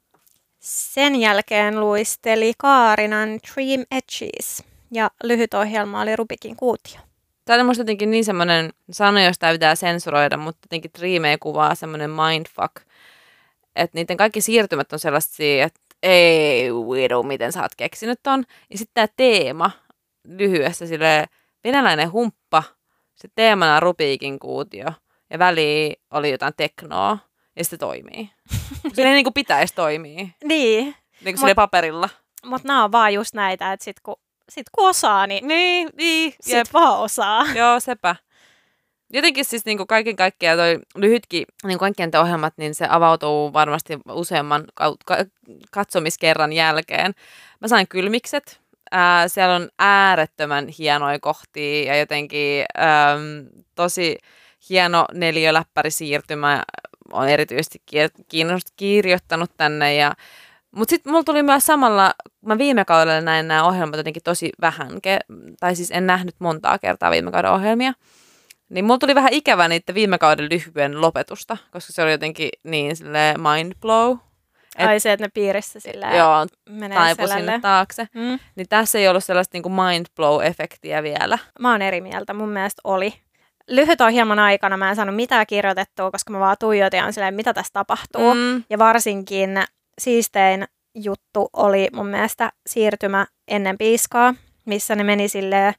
Sen jälkeen luisteli Kaarinan Dream Edges ja lyhyt ohjelma oli Rubikin kuutio. Tämä on musta jotenkin niin semmoinen sana, josta pitää sensuroida, mutta jotenkin Dreamia kuvaa semmoinen mindfuck. Että niiden kaikki siirtymät on sellaisia, että ei widow, miten sä oot keksinyt ton. Ja sitten tämä teema lyhyessä, silleen venäläinen humppa, se teemana Rubikin kuutio ja väliin oli jotain teknoa. Ja se toimii. Se ei niin kuin pitäisi toimia. Niin. Niin kuin paperilla. Mutta nämä on vaan just näitä, että sit kun, sit kun osaa, niin, niin, niin sit jep. vaan osaa. Joo, sepä. Jotenkin siis niin kuin kaiken kaikkiaan toi lyhytkin niin kaikkien ohjelmat, niin se avautuu varmasti useamman katsomiskerran jälkeen. Mä sain kylmikset. Ää, siellä on äärettömän hienoja kohtia ja jotenkin äm, tosi hieno neliöläppärisiirtymä. Olen erityisesti kirjoittanut tänne. Ja... Mutta sitten mulla tuli myös samalla, mä viime kaudella näin nämä ohjelmat jotenkin tosi vähän, tai siis en nähnyt montaa kertaa viime kauden ohjelmia. Niin mulla tuli vähän ikävä niiden viime kauden lyhyen lopetusta, koska se oli jotenkin niin silleen mind blow. Et, Ai se, että ne piirissä silleen joo, menee taipu sinne taakse. Mm. Niin tässä ei ollut sellaista niinku mind blow-efektiä vielä. Mä oon eri mieltä, mun mielestä oli. Lyhyt ohjelman aikana mä en saanut mitään kirjoitettua, koska mä vaan tuijotin ja silleen, mitä tässä tapahtuu. Mm. Ja varsinkin siistein juttu oli mun mielestä siirtymä ennen piiskaa, missä ne meni silleen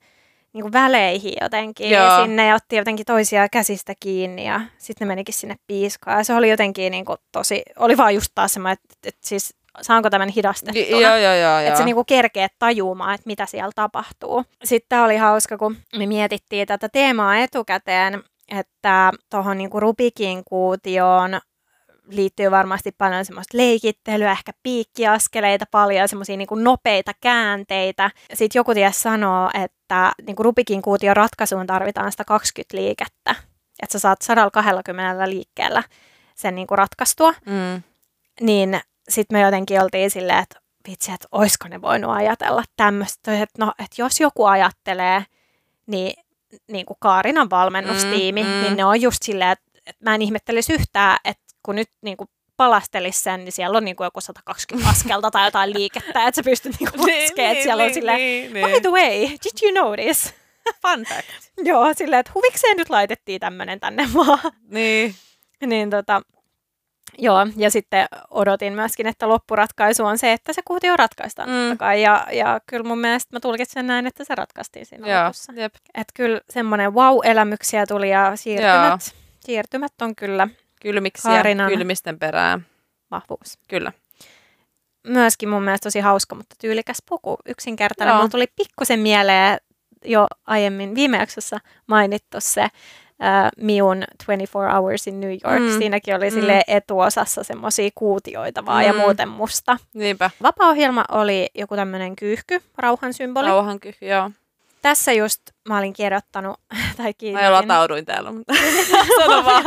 niin kuin väleihin jotenkin Joo. sinne ja otti jotenkin toisia käsistä kiinni ja sitten ne menikin sinne piiskaan. Ja se oli jotenkin niin kuin tosi, oli vaan just taas semmoinen, että, että siis saanko tämän hidastettuna. Joo, joo, joo, joo. Että se niinku kerkee tajumaan, että mitä siellä tapahtuu. Sitten oli hauska, kun me mietittiin tätä teemaa etukäteen, että tuohon niinku Rubikin kuutioon liittyy varmasti paljon semmoista leikittelyä, ehkä piikkiaskeleita paljon, semmoisia niinku nopeita käänteitä. Sitten joku ties sanoo, että niinku Rubikin kuution ratkaisuun tarvitaan sitä kaksikymmentä liikettä. Että sä saat sata kaksikymmentä liikkeellä sen niinku ratkaistua. Mm. Niin sitten me jotenkin oltiin silleen, että vitsi, että oisko ne voinut ajatella tämmöistä. Että no, että jos joku ajattelee, niin, niin kuin Kaarinan valmennustiimi, mm, mm. niin ne on just silleen, että, että mä en ihmettelisi yhtään, että kun nyt niin kuin palastelisi sen, niin siellä on niin kuin joku sata kaksikymmentä askelta tai jotain liikettä, että sä pystyt niin kuin laskemaan, että siellä on silleen, niin, by the way, did you notice? Fun fact. Joo, silleen, että huvikseen nyt laitettiin tämmöinen tänne vaan. Niin. Niin tota... Joo, ja sitten odotin myöskin, että loppuratkaisu on se, että se kuutio ratkaistaan mm. totta kai. Ja, ja kyllä mun mielestä mä tulkitsen näin, että se ratkaistiin siinä Joo, lopussa. jep. Että kyllä semmoinen wow-elämyksiä tuli ja siirtymät, siirtymät on kyllä Kylmiksiä, Kaarinan kylmisten perään. vahvuus. Kyllä. Myöskin mun mielestä tosi hauska, mutta tyylikäs puku. Yksinkertainen. Joo. Mulla tuli pikkusen mieleen jo aiemmin viime jaksossa mainittu se Uh, Miun twenty-four hours in New York. Mm. Siinäkin oli mm. silleen etuosassa semmoisia kuutioita vaan mm. ja muuten musta. Niinpä. Vapaa-ohjelma oli joku tämmöinen kyyhky, rauhan symboli. Rauhankyky, joo. Tässä just mä olin kirjoittanut, tai kiinnitin... Mä jo latauduin täällä, mutta sano vaan.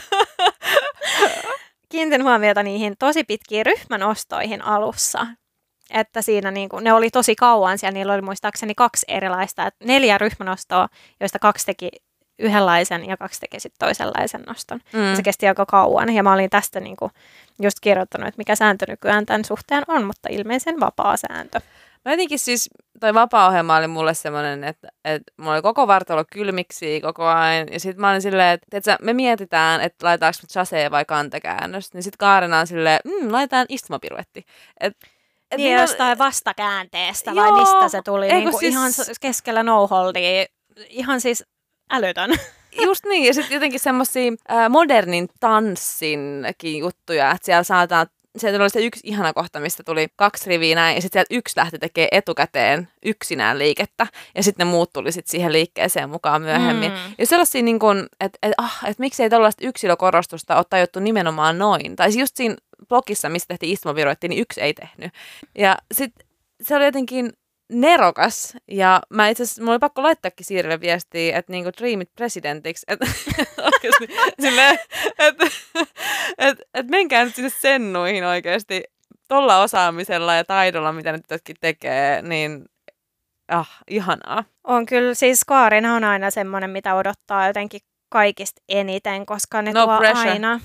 Kiinnitin huomiota niihin tosi pitkiin ryhmänostoihin alussa. Että siinä niinku, ne oli tosi kauan siellä, niillä oli muistaakseni kaksi erilaista, että neljä ryhmänostoa, joista kaksi teki yhdenlaisen ja kaksi teki sitten toisenlaisen noston. Mm. Se kesti aika kauan ja mä olin tästä niinku just kirjoittanut, että mikä sääntö nykyään tämän suhteen on, mutta ilmeisen vapaa sääntö. Mä jotenkin siis, toi vapaa-ohjelma oli mulle semmoinen, että, että mulla oli koko vartalo kylmiksi koko ajan. Ja sit mä olin silleen, että, että me mietitään, että laitaanko me chasee vai kantakäännöstä. Niin sit Kaarina on silleen, mmm, laitetaan istumapiruetti. Et, et niin niin jostain vastakäänteestä vai Joo, mistä se tuli? Niin kuin siis... ihan keskellä no-holdia. Ihan siis älytön. Just niin, ja sitten jotenkin semmoisia äh, modernin tanssinkin juttuja, että siellä saataan, sieltä oli se yksi ihana kohta, mistä tuli kaksi riviä näin, ja sitten sieltä yksi lähti tekemään etukäteen yksinään liikettä, ja sitten ne muut tuli sitten siihen liikkeeseen mukaan myöhemmin. Mm. Ja sellaisia, niin kun, että et, ah, et miksei tällaista yksilökorostusta ole tajuttu nimenomaan noin. Tai siis just siinä blogissa, missä tehtiin istumapiruetti, niin yksi ei tehnyt. Ja sitten se oli jotenkin nerokas, ja mä itse asiassa, mulla oli pakko laittaakin Siirille viestiä, että niinku dreamit presidentiksi, että oikeasti silleen, että et, et menkää nyt sinne sennuihin oikeasti tolla osaamisella ja taidolla, mitä ne tytötkin tekee, niin ah, ihanaa. On kyllä, siis Kaarina on aina semmoinen, mitä odottaa jotenkin kaikista eniten, koska ne No tuo pressure. aina,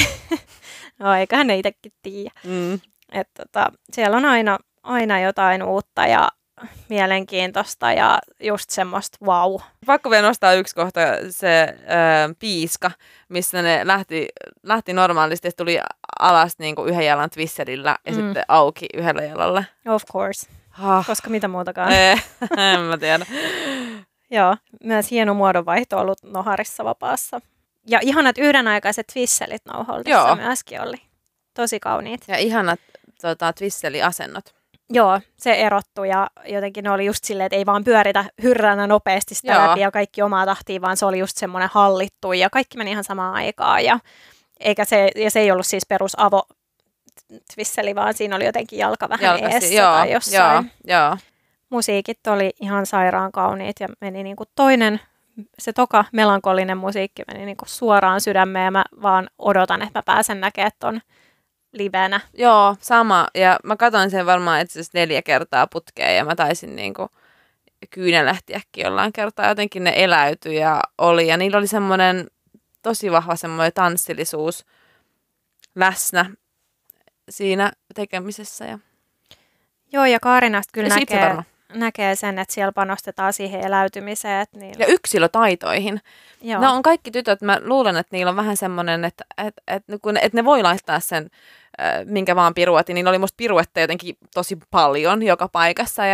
no eiköhän ne itsekin tiedä, Mm. että tota, siellä on aina, aina jotain uutta ja mielenkiintoista ja just semmoista wow. Pakko vielä nostaa yksi kohta, se ö, piiska, missä ne lähti, lähti normaalisti, että tuli alas niin kuin yhden jalan twisserillä ja mm. sitten auki yhdellä jalalla. Of course, Ah. koska mitä muutakaan. Ei, en mä tiedä. Joo, myös hieno muodonvaihto ollut noharissa vapaassa. Ja ihanat yhdenaikaiset twisselit nauholdissa Joo. myöskin oli. Tosi kauniit. Ja ihanat tota, twisseli-asennot. Joo, se erottui ja jotenkin ne oli just silleen, että ei vaan pyöritä hyrränä nopeasti sitä Joo. läpi ja kaikki omaa tahtiin, vaan se oli just semmoinen hallittu ja kaikki meni ihan samaan aikaan. Ja, eikä se, ja se ei ollut siis perus avo twisseli, vaan siinä oli jotenkin jalka vähän Jalkasi, eessä joo, tai jossain. Joo, joo. Musiikit oli ihan sairaan kauniit ja meni niinku toinen, se toka melankolinen musiikki meni niinku suoraan sydämeen ja mä vaan odotan, että mä pääsen näkemään ton livenä. Joo, sama. Ja mä katsoin sen varmaan itse asiassa neljä kertaa putkeen ja mä taisin niinku kyynelehtiäkin jollain kertaa. Jotenkin ne eläytyi ja oli. Ja niillä oli semmoinen tosi vahva semmoinen tanssillisuus läsnä siinä tekemisessä. Ja, Joo, ja Kaarinasta kyllä ja siitä näkee, näkee sen, että siellä panostetaan siihen eläytymiseen. Että niillä... ja yksilötaitoihin. Joo. No on kaikki tytöt, mä luulen, että niillä on vähän semmoinen, että, että, että, kun, että ne voi laittaa sen, minkä vaan piruetin. Niillä oli musta piruetteja jotenkin tosi paljon joka paikassa ja ne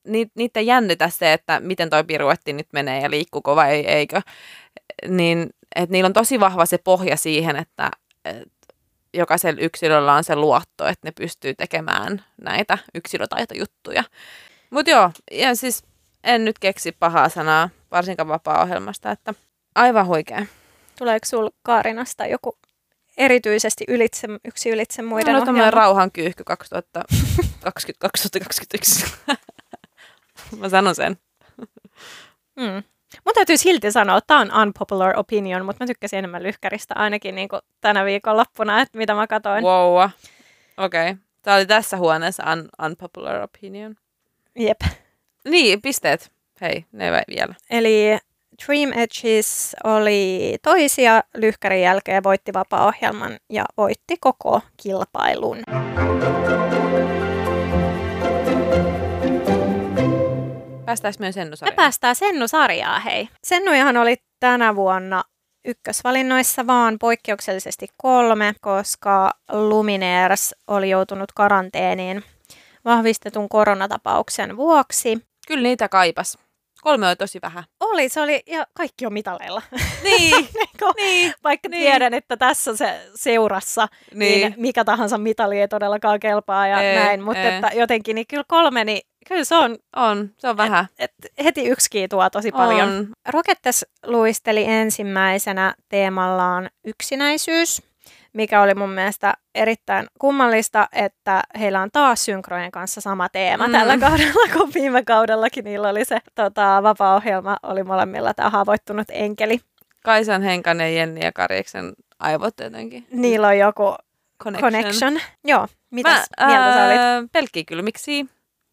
ni, niitä ei jännitä se, että miten toi piruetti nyt menee ja liikkuuko vai eikö. Niin, että niillä on tosi vahva se pohja siihen, että et jokaisella yksilöllä on se luotto, että ne pystyy tekemään näitä yksilötaitojuttuja. Mutta joo, ja siis en nyt keksi pahaa sanaa, varsinkaan vapaa-ohjelmasta, että aivan huikea. Tuleeko sinulla Kaarinasta joku erityisesti ylitse, yksi ylitse muiden no, ohjelma? No rauhan kyyhky kaksituhattakaksikymmentä kaksituhattakaksikymmentäyksi. Mä sanon sen. Mm. Mun täytyy silti sanoa, että tämä on unpopular opinion, mutta mä tykkäsin enemmän Lyhkäristä ainakin niin kuin tänä viikonloppuna, että mitä mä katoin. Wow. Okei. Okay. Tämä oli tässä huoneessa un- unpopular opinion. Jep. Niin, pisteet. Hei, ne ei vielä. Eli Dream Edges oli toisia Lyhkärin jälkeen, voitti vapaa-ohjelman ja voitti koko kilpailun. Päästäänkö myös Sennu-sarjaan? Me päästään Sennu-sarjaan, hei. Sennujahan oli tänä vuonna ykkösvalinnoissa vaan poikkeuksellisesti kolme, koska Lumineers oli joutunut karanteeniin vahvistetun koronatapauksen vuoksi. Kyllä niitä kaipas. Kolme oli tosi vähän. Oli, se oli, ja kaikki on mitaleilla. Niin, niin. Vaikka niin. tiedän, että tässä se seurassa, niin. niin mikä tahansa mitali ei todellakaan kelpaa ja ei, näin. Mutta että jotenkin, niin kyllä kolme, niin kyllä se on. On, se on vähän. Et, et heti yksikin tuo tosi paljon. On. Rokettes luisteli ensimmäisenä teemallaan yksinäisyys, mikä oli mun mielestä erittäin kummallista, että heillä on taas synkrojen kanssa sama teema mm. tällä kaudella, kun viime kaudellakin niillä oli se tota, vapaa-ohjelma, oli molemmilla tämä haavoittunut enkeli. Kaisan, Henkanen, Jenni ja Kariksen aivot jotenkin. Niillä on joku connection. connection. Joo, mitäs mä, mieltä sä olit? Pelkkii kyllä, miksi?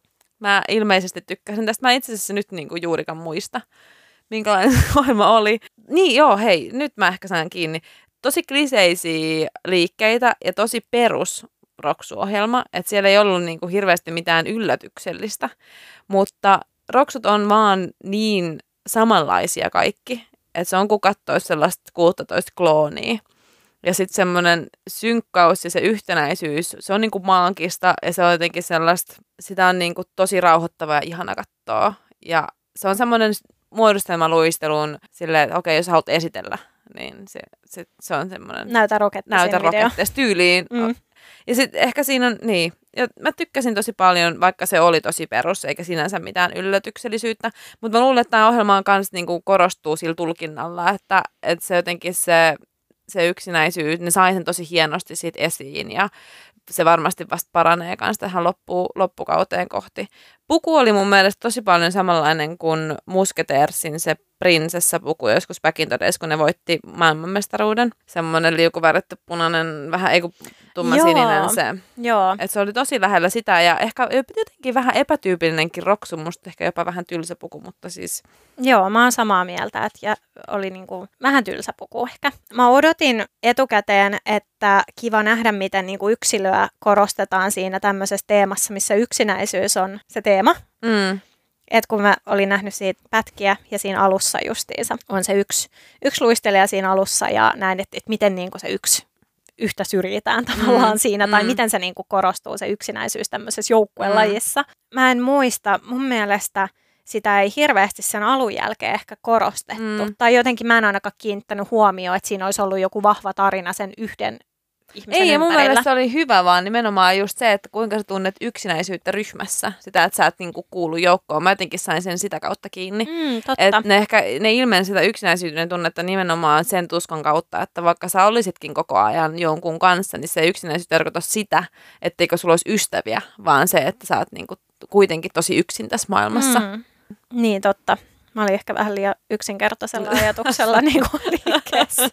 Mä ilmeisesti tykkäsin tästä. Mä itse asiassa nyt niinku juurikaan muista, minkälainen ohjelma oli. Niin joo, hei, nyt mä ehkä saan kiinni. Tosi kliseisiä liikkeitä ja tosi perus Roksu-ohjelma, että siellä ei ollut niinku hirveästi mitään yllätyksellistä, mutta Roksut on vaan niin samanlaisia kaikki, että se on kuin katsoisi sellaista kuusitoista kloonia. Ja sitten semmoinen synkkaus ja se yhtenäisyys, se on niinku maagista ja se on jotenkin sellaista, sitä on niinku tosi rauhoittava ja ihana katsoa. Ja se on semmoinen muodostelmaluistelun silleen, että okei, jos haluat esitellä, niin se, se, se on semmoinen näytä Rokettesen näytä Rokettes tyyliin. Mm. Ja sitten ehkä siinä on, niin, ja mä tykkäsin tosi paljon, vaikka se oli tosi perus, eikä sinänsä mitään yllätyksellisyyttä, mutta mä luulen, että tämä ohjelma on kanssa niinku korostuu sillä tulkinnalla, että, että se jotenkin se, se yksinäisyys, ne sai sen tosi hienosti siitä esiin, ja se varmasti vasta paranee kanssa tähän loppu, loppukauteen kohti. Puku oli mun mielestä tosi paljon samanlainen kuin Musketeersin se prinsessapuku joskus back in the days, kun ne voitti maailmanmestaruuden. Semmoinen liukuväritty punainen, vähän ei kun tummasininen se. Joo. Et se oli tosi lähellä sitä ja ehkä jotenkin vähän epätyypillinenkin Roksu, musta ehkä jopa vähän tylsä puku, mutta siis... Joo, mä oon samaa mieltä, että ja oli niinku vähän tylsä puku ehkä. Mä odotin etukäteen, että kiva nähdä, miten niinku yksilöä korostetaan siinä tämmöisessä teemassa, missä yksinäisyys on se teema. Mm. Et kun mä olin nähnyt siitä pätkiä ja siinä alussa justiinsa on se yksi, yksi luistelija siinä alussa ja näin, että, että miten niinku se yksi yhtä syrjitään tavallaan mm, siinä, tai mm. miten se niinku korostuu se yksinäisyys tämmöisessä joukkuelajissa. Mm. Mä en muista, mun mielestä sitä ei hirveästi sen alun jälkeen ehkä korostettu, mm. tai jotenkin mä en ainakaan kiinnittänyt huomioon, että siinä olisi ollut joku vahva tarina sen yhden ihmisen Ei, ja mun ympärillä. mielestä se oli hyvä, vaan nimenomaan just se, että kuinka sä tunnet yksinäisyyttä ryhmässä. Sitä, että sä et niinku kuulu joukkoon. Mä jotenkin sain sen sitä kautta kiinni. Mm, totta. Et ne ehkä ne ilmeni sitä yksinäisyyden tunnetta nimenomaan sen tuskon kautta, että vaikka sä olisitkin koko ajan jonkun kanssa, niin se yksinäisyys tarkoittaa sitä, etteikö sulla olisi ystäviä, vaan se, että sä oot niinku kuitenkin tosi yksin tässä maailmassa. Mm. Niin, totta. Mä olin ehkä vähän liian yksinkertaisella ajatuksella niin kuin liikkeessä.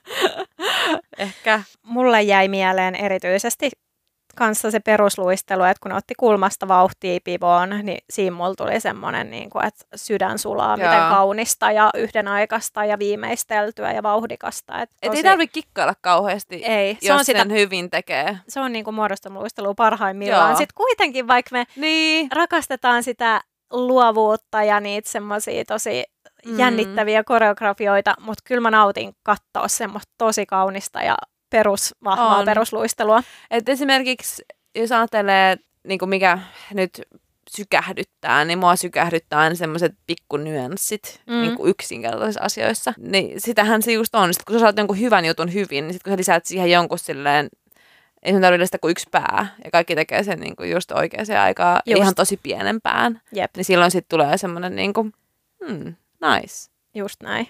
Ehkä. Mulle jäi mieleen erityisesti kanssa se perusluistelu, että kun ne otti kulmasta vauhtia pivoon, niin siinä mulla tuli semmoinen, niin kuin, että sydän sulaa, Jaa. miten kaunista ja yhdenaikaista ja viimeisteltyä ja vauhdikasta. Et Et tosi... ei tarvitse kikkailla kauheasti, ei, se jos on sitä... sen hyvin tekee. Se on niin kuin muodosteluluistelu parhaimmillaan. Sitten kuitenkin, vaikka me niin. rakastetaan sitä luovuutta ja niitä semmoisia tosi mm. jännittäviä koreografioita, mutta kyllä mä nautin katsoa semmoista tosi kaunista ja perusvahvaa on. perusluistelua. Et esimerkiksi, jos ajattelee, niin kuin mikä nyt sykähdyttää, niin mua sykähdyttää aina semmoiset pikku nyanssit Mm. niin kuin yksinkertaisissa asioissa. Niin sitähän se just on. Sitten kun sä saat jonkun hyvän jutun hyvin, niin sitten kun sä lisäät siihen jonkun silleen, ei sun tarvitse sitä kuin yksi pää, ja kaikki tekee sen niin kuin just oikeaan aikaan, Just. ihan tosi pienen pään. Jep, Niin silloin sitten tulee semmoinen niin kuin, hmm, nice. just näin.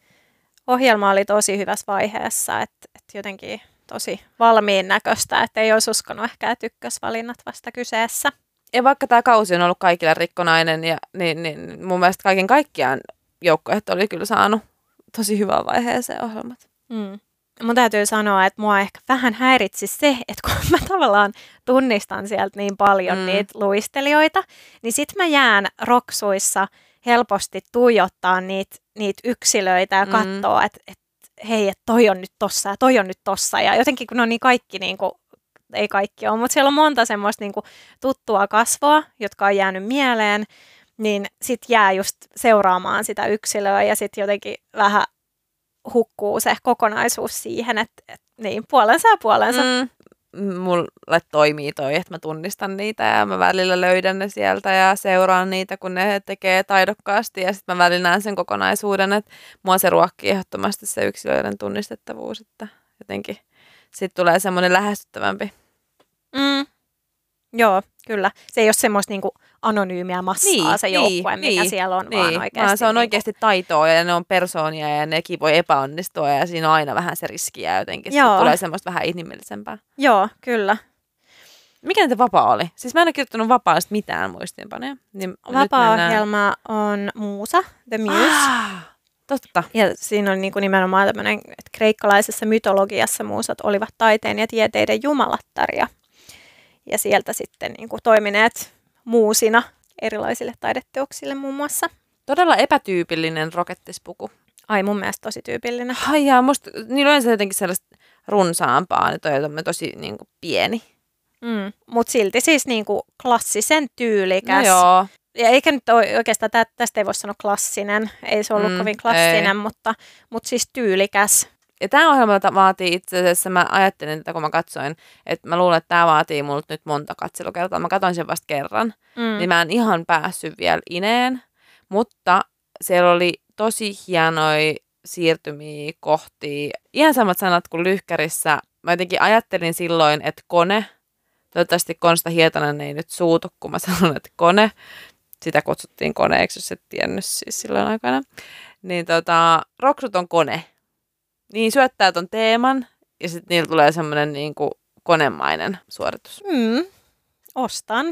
Ohjelma oli tosi hyvässä vaiheessa, että et jotenkin tosi valmiin näköistä, että ei olisi uskonut ehkä, että ykkösvalinnat vasta kyseessä. Ja vaikka tämä kausi on ollut kaikille rikkonainen, ja, niin, niin mun mielestä kaiken kaikkiaan joukkueet oli kyllä saanut tosi hyvään vaiheeseen ohjelmat. Mm. Mun täytyy sanoa, että mua ehkä vähän häiritsi se, että kun mä tavallaan tunnistan sieltä niin paljon Mm. niitä luistelijoita, niin sit mä jään roksuissa helposti tuijottaa niitä, niitä yksilöitä ja Mm. katsoa, että et, hei, että toi on nyt tossa ja toi on nyt tossa. Ja jotenkin kun ne on niin kaikki, niin kuin, ei kaikki ole, mutta siellä on monta semmoista niin kuin tuttua kasvoa, jotka on jäänyt mieleen, niin sit jää just seuraamaan sitä yksilöä ja sit jotenkin vähän hukkuu se kokonaisuus siihen, että, että niin, puolensa ja puolensa. Mm. Mm. Mulle toimii toi, että mä tunnistan niitä ja mä välillä löydän ne sieltä ja seuraan niitä, kun ne tekee taidokkaasti ja sitten mä välillä näen sen kokonaisuuden, että mua se ruokkii ehdottomasti se yksilöiden tunnistettavuus, että jotenkin sitten tulee semmoinen lähestyttävämpi. Mm. Joo, kyllä. Se ei ole semmoista niinku anonyymiä massaa Niin, se joukkue, niin, mikä niin, siellä on, niin, vaan oikeasti. vaan se on niinku, oikeasti taitoa ja ne on persoonia ja nekin voi epäonnistua ja siinä on aina vähän se riskiä jotenkin. Sitten Joo. tulee semmoista vähän inhimillisempää. Joo, kyllä. Mikä näitä vapaa oli? Siis mä en ole kirjoittanut vapaasta mitään muistiinpanoja. Niin nyt mennään- Vapaa-ohjelma on Muusa, The Muse. Ah, totta. Ja siinä on niinku nimenomaan tämmöinen, että kreikkalaisessa mytologiassa muusat olivat taiteen ja tieteiden jumalattaria. Ja sieltä sitten niinku toimineet muusina erilaisille taideteoksille muun muassa. Todella epätyypillinen rokettispuku. Ai mun mielestä tosi tyypillinen. Ai jaa, musta niillä on yleensä jotenkin sellaista runsaampaa, niin toi on tosi niin kuin, pieni. Mm. Mutta silti siis niinku klassisen tyylikäs. No joo. Ja eikä nyt ole, oikeastaan tä, tästä ei voi sanoa klassinen. Ei se ollut Mm, mm, kovin klassinen, ei. mutta, mutta siis tyylikäs. Ja tämä ohjelma ta- vaatii itse asiassa, mä ajattelin tätä kun mä katsoin, että mä luulen, että tämä vaatii multa nyt monta katselukertaa. Mä katsoin sen vasta kerran, Mm. niin mä en ihan päässyt vielä ineen, mutta siellä oli tosi hienoja siirtymiä kohti. Ihan samat sanat kuin Lyhkärissä. Mä jotenkin ajattelin silloin, että kone, toivottavasti Konsta Hietanen ei nyt suutu, kun mä sanon, että kone, sitä kutsuttiin koneeksi, jos et tiennyt siis silloin aikana, niin tota, roksut on kone. Niin syöttää ton teeman ja sitten niillä tulee semmoinen niinku konemainen suoritus. Mm. Ostan.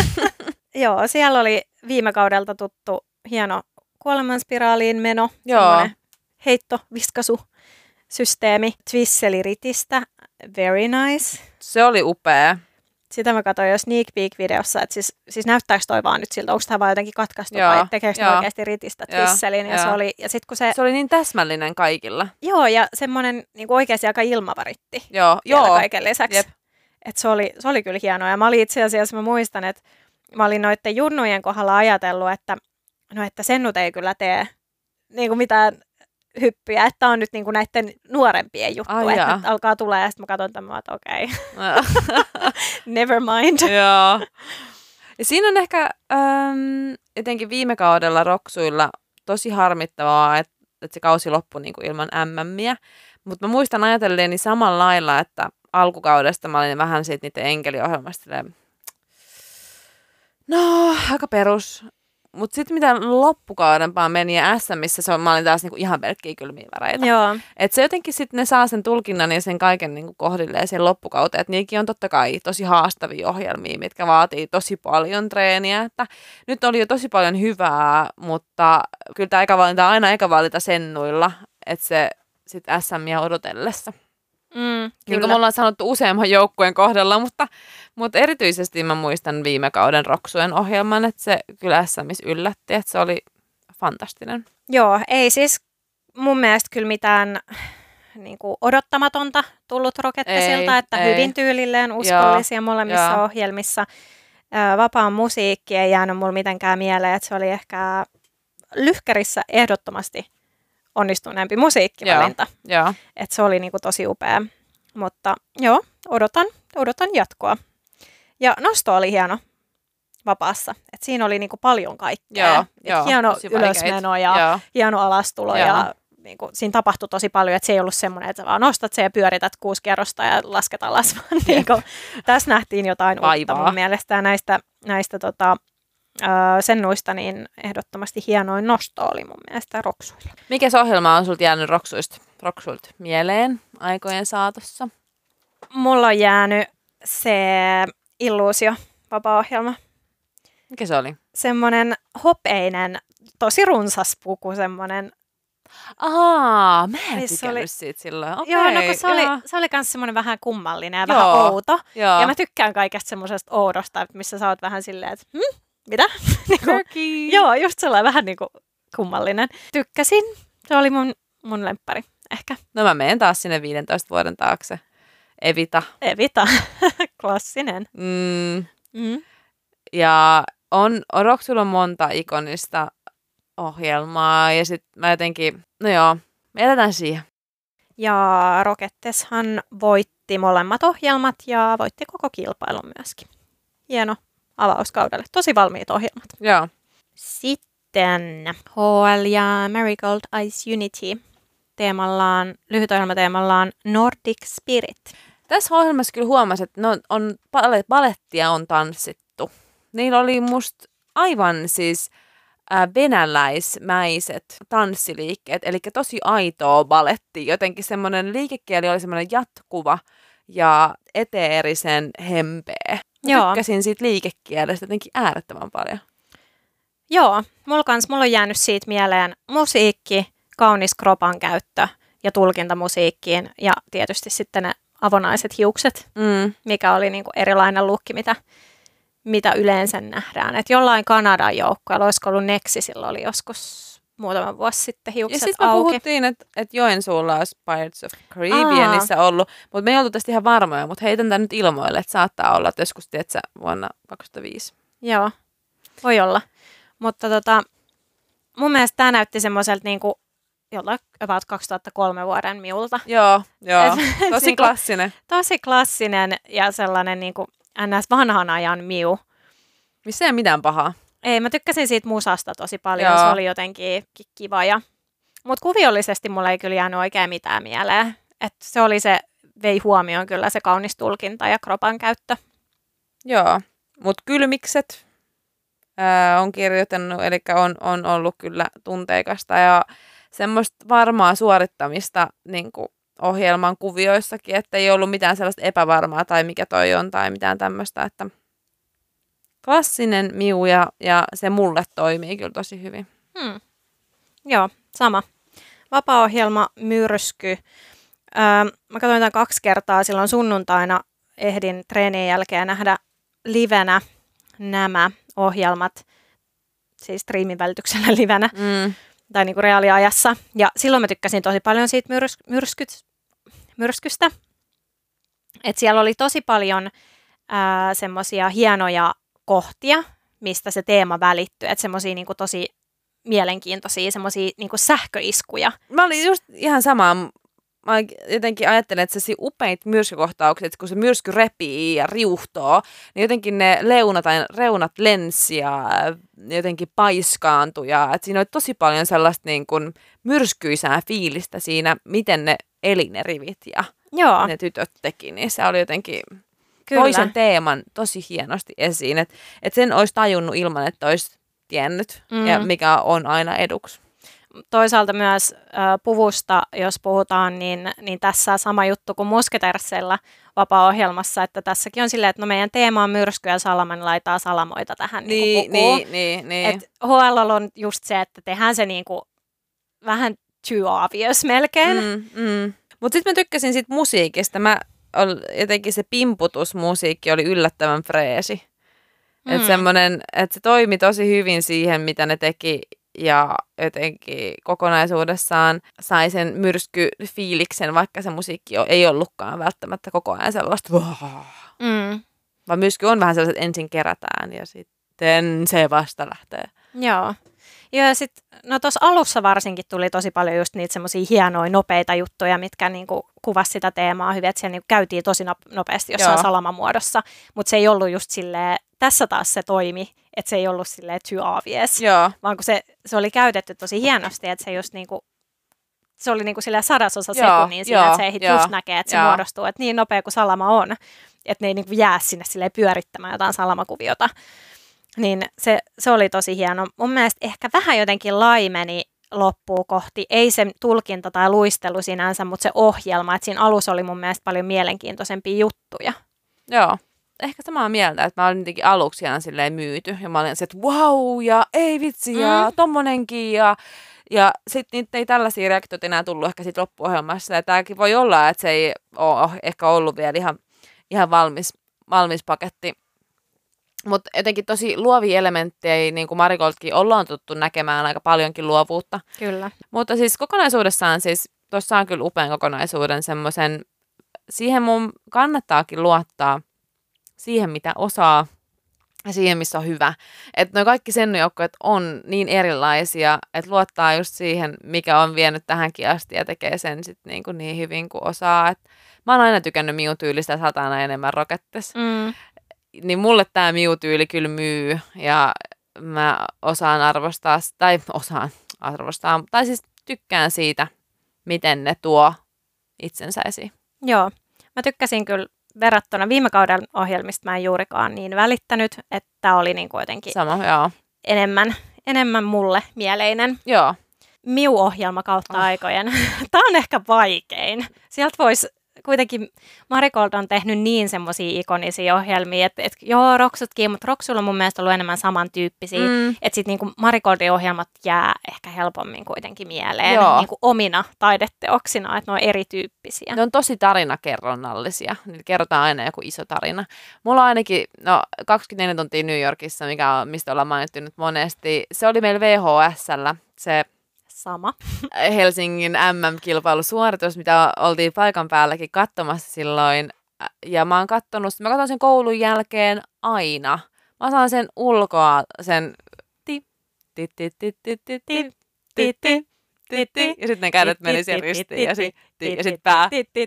Joo, siellä oli viime kaudelta tuttu hieno kuolemanspiraaliin meno. Joo. Semmoinen heitto, viskasu, systeemi. Twisseli-ritistä. Very nice. Se oli upea. Sitä mä katsoin jo sneak peek-videossa, että siis, siis näyttääkö toi vaan nyt siltä, onko tämä vaan jotenkin katkaistu Joo, vai tekeekö ne joo. oikeasti ritistä Joo, Twisselin. Ja, se joo. oli, ja sitten kun se, Se oli niin täsmällinen kaikilla. joo, ja semmoinen niin oikeasti aika ilmavaritti Joo, vielä joo. kaiken lisäksi. Jep. Et se, oli, se oli kyllä hienoa. Ja mä olin itse asiassa, mä muistan, että mä olin noitten junnujen kohdalla ajatellut, että no että sen nyt ei kyllä tee niin kuin mitään hyppyjä, että on nyt niin kuin näiden nuorempien juttu, Ai että jaa. nyt alkaa tulee ja sitten mä katson tämän, että okei, okay. never mind. Joo. Ja siinä on ehkä äm, etenkin viime kaudella Roksuilla tosi harmittavaa, että, että se kausi loppui niin kuin ilman äm äm-miä. Mutta mä muistan ajatelleeni samalla lailla, että alkukaudesta mä olin vähän siitä niiden enkeliohjelmasta silleen, no aika perus. Mutta sitten mitä loppukaudempaan meni ja äs ämissä, se on, mä olin taas niinku ihan pelkkiä kylmiä väreitä. Joo, Että se jotenkin sitten ne saa sen tulkinnan ja sen kaiken niinku kohdilleen siihen loppukauteen. Että niinkin on totta kai tosi haastavia ohjelmia, mitkä vaatii tosi paljon treeniä. Että nyt oli jo tosi paljon hyvää, mutta kyllä tämä eka valinta on aina eka valita sennuilla, että se sitten äs ämiä odotellessa. mm, Niin kyllä. kuin me ollaan sanottu useamman joukkueen kohdalla, mutta, mutta erityisesti mä muistan viime kauden Roksujen ohjelman, että se kyllä äs ämissä yllätti, että se oli fantastinen. Joo, ei siis mun mielestä kyllä mitään niin kuin odottamatonta tullut Rokettesilta, Ei, että ei. hyvin tyylilleen uskollisia Joo, molemmissa joo. ohjelmissa. Ö, Vapaan musiikki ei jäänyt mulle mitenkään mieleen, että se oli ehkä Lyhkärissä ehdottomasti onnistuneempi musiikkivalinta. Joo. Että se oli niin kuin tosi upea. Mutta joo, odotan, odotan jatkoa. Ja nosto oli hieno. Vapaassa. Et siinä oli niinku paljon kaikkea. Joo, Et joo, hieno tosi ylösmeno vaikeita. ja Joo. hieno alastulo Joo. ja niinku, siinä tapahtui tosi paljon, että se ei ollut semmoinen, että sä vaan nostat sen ja pyörität kuusi kerrosta ja lasket alas. niinku, tässä nähtiin jotain Vaivaa. uutta mun mielestä ja näistä, näistä tota, ää, sennuista niin ehdottomasti hienoin nosto oli mun mielestä Roksuilla. Mikä ohjelma on sulta jäänyt Roksuista, Roksuilta mieleen aikojen saatossa? Mulla on jäänyt se Illuusio vapaa-ohjelma. Mikä se oli? Semmoinen hopeinen, tosi runsas puku, semmoinen. Ahaa, mä en Siis se tykännyt oli- siitä silloin. Okei, Joo, no kun se oli, joo. se oli kans semmoinen vähän kummallinen ja Joo. vähän outo. Joo. Ja mä tykkään kaikesta semmoisesta oudosta, missä sä oot vähän silleen, että hm, mitä? niinku, Turkey. joo, just sellainen vähän niinku kummallinen. Tykkäsin. Se oli mun, mun lemppari, ehkä. No mä menen taas sinne viidentoista vuoden taakse. Evita. Evita, klassinen. Mm. Mm. Ja on, Roksulla on monta ikonista ohjelmaa ja sit mä jotenkin, no joo, me jätetään siihen. Ja Roketteshan voitti molemmat ohjelmat ja voitti koko kilpailun myöskin. Hieno avauskaudelle. Tosi valmiit ohjelmat. Joo. Sitten H L ja Marigold Ice Unity teemallaan, lyhytohjelmateemallaan Nordic Spirit. Tässä ohjelmassa kyllä huomasin, että no, on bale- balettia on tanssittu. Niillä oli musta aivan siis äh, venäläismäiset tanssiliikkeet, eli tosi aitoa balettia. Jotenkin semmoinen liikekieli oli semmoinen jatkuva ja eteerisen hempeä. Mä Joo. tykkäsin siitä liikekielestä jotenkin äärettömän paljon. Joo, mulla, kans, mulla on jäänyt siitä mieleen musiikki, kaunis kropan käyttö ja tulkinta musiikkiin ja tietysti sitten ne avonaiset hiukset, Mm. mikä oli niinku erilainen lukki, mitä, mitä yleensä nähdään. Et jollain Kanadan joukkueella, olisiko ollut Nexi, silloin oli joskus muutama vuosi sitten Ja hiukset sitten me auki. puhuttiin, että et Joensuulla olisi Pirates of Caribbeanissa ollut, mutta me ei oltu tästä ihan varmoja, mutta heitän tämän nyt ilmoille, että saattaa olla, että joskus, tiedätkö, vuonna kaksituhattaviisi. Joo, voi olla. Mutta tota, mun mielestä tämä näytti semmoiselta niinku, jollain about kaksituhattakolme vuoden miulta. Joo, joo. Et- Tosi niinku- klassinen. Tosi klassinen ja sellainen niinku ns. Vanhan ajan miu. Missä ei ole mitään pahaa. Ei, mä tykkäsin siitä musasta tosi paljon, Joo. se oli jotenkin ki- kiva. Ja... Mutta kuviollisesti mulla ei kyllä jäänyt oikein mitään mieleen. Et se oli se, vei huomioon kyllä se kaunis tulkinta ja kropan käyttö. Joo, mutta kylmikset ää, on kirjoittanut, eli on, on ollut kyllä tunteikasta ja semmoista varmaa suorittamista niin kuin ohjelman kuvioissakin, että ei ollut mitään sellaista epävarmaa tai mikä toi on tai mitään tämmöistä, että klassinen miu ja, ja se mulle toimii kyllä tosi hyvin. Hmm. Joo, sama. Vapaa-ohjelma, myrsky. Öö, mä katsoin tämän kaksi kertaa. Silloin sunnuntaina ehdin treenien jälkeen nähdä livenä nämä ohjelmat, siis striimin välityksellä livenä, Mm. tai niinku reaaliajassa. Ja silloin mä tykkäsin tosi paljon siitä myrs- myrskyt, myrskystä. Et siellä oli tosi paljon ää, semmoisia hienoja kohtia, mistä se teema välittyi. Että semmoisia niinku tosi mielenkiintoisia semmoisia niinku sähköiskuja. Mä olin just ihan samaa. Mä jotenkin ajattelen, että se upeita myrskykohtauksia, että kun se myrsky repii ja riuhtoo, niin jotenkin ne leunat, reunat lensi ja jotenkin paiskaantui. Ja, että siinä oli tosi paljon sellaista niin kuin myrskyisää fiilistä siinä, miten ne eli ne rivit ja Joo, ne tytöt teki. Niin se oli jotenkin kyllä. toisen teeman tosi hienosti esiin. Että et sen olisi tajunnut ilman, että olisi tiennyt, Mm. ja mikä on aina eduksi. Toisaalta myös äh, puvusta, jos puhutaan, niin, niin tässä on sama juttu kuin Musketersella vapaa-ohjelmassa, että tässäkin on silleen, että no meidän teema on myrsky ja salaman laitaa salamoita tähän niin, niin niin, niin, niin. Et H L on just se, että tehdään se niinku vähän too obvious melkein. Mm. Mm, mm. Mutta sitten mä tykkäsin siitä musiikista. Mä ol, jotenkin se pimputusmusiikki oli yllättävän freesi. Mm. Että semmonen, että se toimi tosi hyvin siihen, mitä ne teki. Ja jotenkin kokonaisuudessaan sai sen myrskyfiiliksen, vaikka se musiikki ei ollutkaan välttämättä koko ajan sellaista. Mm. Vaan myrsky on vähän sellaista, että ensin kerätään ja sitten se vasta lähtee. Joo. Joo, ja sit, no tuossa alussa varsinkin tuli tosi paljon just niitä semmoisia hienoja, nopeita juttuja, mitkä niinku kuvasi sitä teemaa hyvin, että siellä niinku käytiin tosi nopeasti jossain Joo. salamamuodossa, mutta se ei ollut just silleen, tässä taas se toimi, että se ei ollut silleen too obvious, Joo. vaan kun se, se oli käytetty tosi hienosti, että se just niinku, se oli niinku silleen sadasosa Joo, sekunnin siinä, joo, että se ehdit joo, just näkee, että se joo. muodostuu, että niin nopea kuin salama on, että ne ei niinku jää sinne silleen pyörittämään jotain salamakuviota. Niin se, se oli tosi hieno. Mun mielestä ehkä vähän jotenkin laimeni loppuun kohti, ei se tulkinta tai luistelu sinänsä, mutta se ohjelma, että siinä alussa oli mun mielestä paljon mielenkiintoisempia juttuja. Joo. Ehkä samaa mieltä, että mä olin jotenkin aluksi ihan silleen myyty. Ja mä olin se, että wow, ja ei vitsi, ja mm. tommonenkin, ja, ja sitten niitä ei tällaisia reaktioita enää tullut ehkä siitä loppuohjelmassa. Ja tämäkin voi olla, että se ei ole ehkä ollut vielä ihan, ihan valmis, valmis paketti. Mutta jotenkin tosi luovia elementtejä, niin kuin Marigoldkin, ollaan tuttu näkemään aika paljonkin luovuutta. Kyllä. Mutta siis kokonaisuudessaan, siis tuossa on kyllä upean kokonaisuuden semmoisen, siihen mun kannattaakin luottaa, siihen mitä osaa ja siihen missä on hyvä. Että nuo kaikki sennujoukkueet on niin erilaisia, että luottaa just siihen, mikä on vienyt tähänkin asti ja tekee sen sitten niin, niin hyvin kuin osaa. Et mä oon aina tykännyt Miu-tyylistä satana enemmän Rockets. Mm. Niin mulle tämä Miu-tyyli kyllä myy ja mä osaan arvostaa, tai osaan arvostaa, tai siis tykkään siitä, miten ne tuo itsensä esiin. Joo, mä tykkäsin kyllä verrattuna viime kauden ohjelmista, mä en juurikaan niin välittänyt, että oli niin kuin jotenkin Sama, joo. enemmän, enemmän mulle mieleinen. Joo. Miu-ohjelma kautta oh. aikojen. Tämä on ehkä vaikein. Sieltä voisi kuitenkin, Marigold on tehnyt niin semmoisia ikonisia ohjelmia, että et, joo, Roksutkin, mutta Roksulla on mun mielestä ollut enemmän samantyyppisiä, mm. että sitten niinku Marigoldin ohjelmat jää ehkä helpommin kuitenkin mieleen niinku omina taideteoksina, että ne on erityyppisiä. Ne on tosi tarinakerronnallisia, niillä kerrotaan aina joku iso tarina. Mulla on ainakin, no kaksikymmentäneljä tuntia New Yorkissa, mikä on, mistä ollaan mainittu nyt monesti, se oli meillä V H S:llä, se Sama. Helsingin M M-kilpailusuoritus, mitä oltiin paikan päälläkin katsomassa silloin. Ja mä oon kattonut, mä katson sen koulun jälkeen aina. Mä saan sen ulkoa, sen ti, ti, ti, ti, ti, ti, ti, ti, ti, ti, ti, ja sitten ne kädet meni siihen ristiin ja sitten ja sit pää.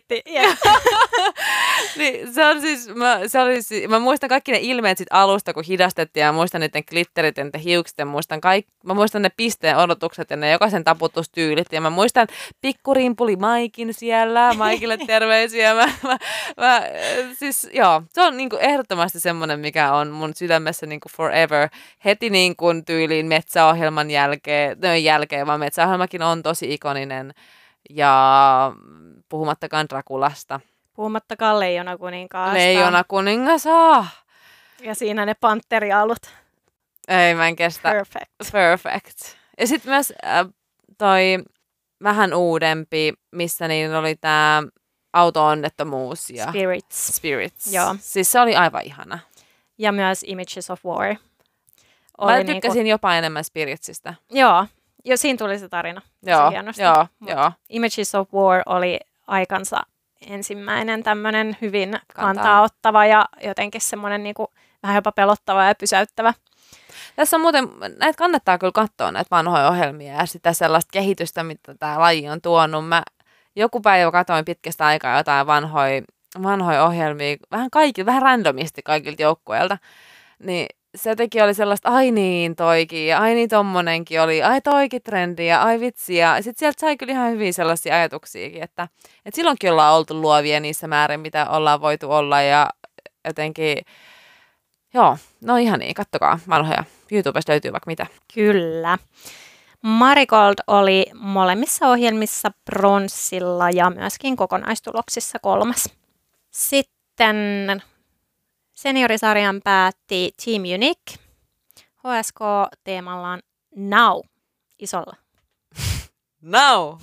Niin, se on siis, mä, se oli, mä muistan kaikki ne ilmeet sit alusta, kun hidastettiin, ja muistan niiden glitterit ja niiden hiukset, ja muistan kaik, mä muistan ne pisteen odotukset ja ne jokaisen taputustyylit, ja mä muistan pikkurimpuli Maikin siellä, Maikille terveisiä, mä, mä, mä, siis joo, se on niinku ehdottomasti semmoinen, mikä on mun sydämessä niinku forever, heti niinku tyyliin metsäohjelman jälkeen, no jälkeen, vaan metsäohjelmakin on tosi ikoninen, ja puhumattakaan Drakulasta. Puhumattakaan Leijona kuninkaasta. Leijona kuningas, ah. Ja siinä ne panterialut. Ei, mä en kestä. Perfect. Perfect. Ja sitten myös äh, toi vähän uudempi, missä niin oli tää auto-onnettomuus ja Spirits. Spirits. Joo. Siis se oli aivan ihana. Ja myös Images of War. Oli mä tykkäsin niinku jopa enemmän Spiritsistä. Joo. Jo, siinä tuli se tarina. Joo, joo, joo. Images of War oli aikansa ensimmäinen tämmöinen hyvin kantaa ottava ja jotenkin semmoinen niinku vähän jopa pelottava ja pysäyttävä. Tässä on muuten, näitä kannattaa kyllä katsoa näitä vanhoja ohjelmia ja sitä sellaista kehitystä, mitä tämä laji on tuonut. Mä joku päivä katsoin pitkästä aikaa jotain vanhoja, vanhoja ohjelmia, vähän kaikilta, vähän randomisti kaikilta joukkueilta, niin se jotenkin oli sellaista, ai niin toikin, ja ai niin tommonenkin oli, ai toikin trendi, ja ai vitsi, ja sitten sieltä sai kyllä ihan hyviä sellaisia ajatuksiakin, että, että silloinkin ollaan oltu luovia niissä määrin, mitä ollaan voitu olla, ja jotenkin, joo, no ihan niin, kattokaa vanhoja, YouTubesta löytyy vaikka mitä. Kyllä. Marigold oli molemmissa ohjelmissa pronssilla ja myöskin kokonaistuloksissa kolmas. Sitten seniorisarjan päätti Team Unique. H S K-teemallaan Now isolla. Now!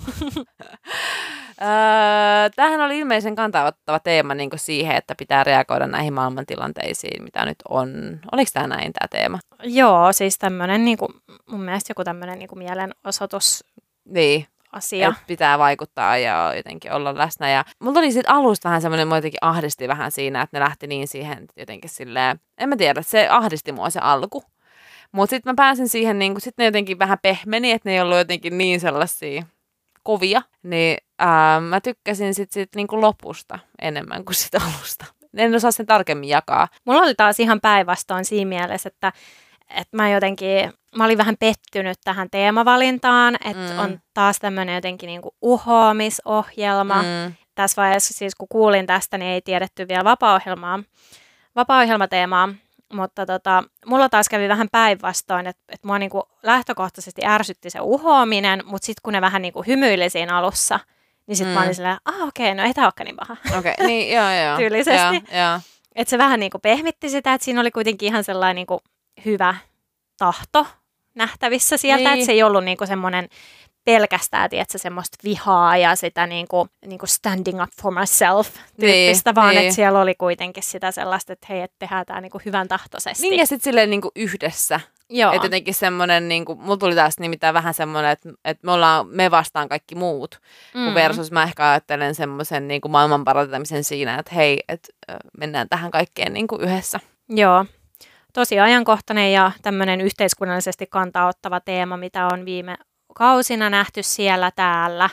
Tämähän oli ilmeisen kantavattava teema niin kuin siihen, että pitää reagoida näihin maailmantilanteisiin, mitä nyt on. Oliko tämä näin tämä teema? Joo, siis tämmöinen, niin kuin, mun mielestä joku tämmöinen niin kuin mielenosoitus. Niin. Asia. Että pitää vaikuttaa ja jotenkin olla läsnä. Ja mulla oli sitten alusta vähän semmoinen, mua jotenkin ahdisti vähän siinä, että ne lähti niin siihen jotenkin silleen, en mä tiedä, se ahdisti mua se alku. Mutta sitten mä pääsin siihen, niin sitten ne jotenkin vähän pehmeni, että ne ei ollut jotenkin niin sellaisia kovia. Niin ää, mä tykkäsin sitten sit niinku lopusta enemmän kuin sitä alusta. En osaa sen tarkemmin jakaa. Mulla oli taas ihan päinvastoin siinä mielessä, että, että mä jotenkin, mä olin vähän pettynyt tähän teemavalintaan, että mm. on taas tämmöinen jotenkin niinku uhoamisohjelma. Mm. Tässä vaiheessa siis kun kuulin tästä, niin ei tiedetty vielä vapaa-ohjelmaa, vapaa-ohjelmateemaa. Mutta tota, mulla taas kävi vähän päinvastoin, että, että mua niinku lähtökohtaisesti ärsytti se uhoaminen, mutta sitten kun ne vähän niinku hymyili siinä alussa, niin sitten mm. mä olin silleen, ah okei, okay, no ei tää olekaan niin paha. Okei, okay, niin joo joo. Tyylisesti. Joo, joo. Että se vähän niinku pehmitti sitä, että siinä oli kuitenkin ihan sellainen niinku hyvä tahto nähtävissä sieltä, niin. Että se ei ollut niinku semmoinen pelkästään, tiedätkö, semmoista vihaa ja sitä niinku, niinku standing up for myself tyyppistä, niin, vaan niin. Että siellä oli kuitenkin sitä sellaista, että hei, että tehdään tämä niinku hyvän tahtoisesti. Niin ja sitten silleen niinku yhdessä. Joo. Että jotenkin semmoinen, niinku, mulla tuli taas nimittäin vähän semmoinen, että, että me ollaan me vastaan kaikki muut, mm. versus mä ehkä ajattelen semmoisen niinku maailman parantamisen siinä, että hei, että mennään tähän kaikkeen niinku yhdessä. Joo. Tosi ajankohtainen ja tämmöinen yhteiskunnallisesti kantaa ottava teema, mitä on viime kausina nähty siellä täällä.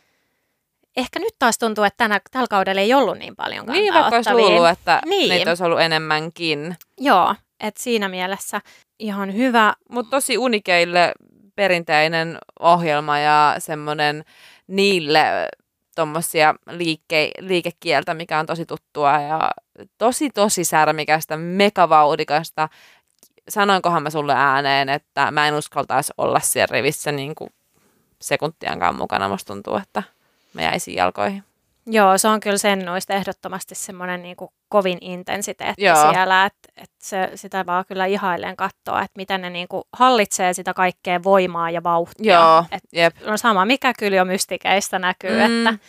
Ehkä nyt taas tuntuu, että tänä, tällä kaudella ei ollut niin paljon kantaa Niin, vaikka olisi luullut, että niin. niitä olisi ollut enemmänkin. Joo, että siinä mielessä ihan hyvä. Mutta tosi unikeille perinteinen ohjelma ja semmoinen niille tommosia liike, liikekieltä, mikä on tosi tuttua ja tosi tosi särmikästä, megavauhdikasta. Sanoinkohan mä sulle ääneen, että mä en uskaltaisi olla siellä rivissä niin kuin sekuntiankaan mukana. Musta tuntuu, että mä jäisin jalkoihin. Joo, se on kyllä sen noista ehdottomasti semmoinen niin kuin kovin intensiteetti Joo. siellä, että, että se, sitä vaan kyllä ihailen katsoa, että miten ne niin kuin hallitsee sitä kaikkea voimaa ja vauhtia. Joo, et, jep. No sama, mikä kyllä jo mystikeistä näkyy, mm. että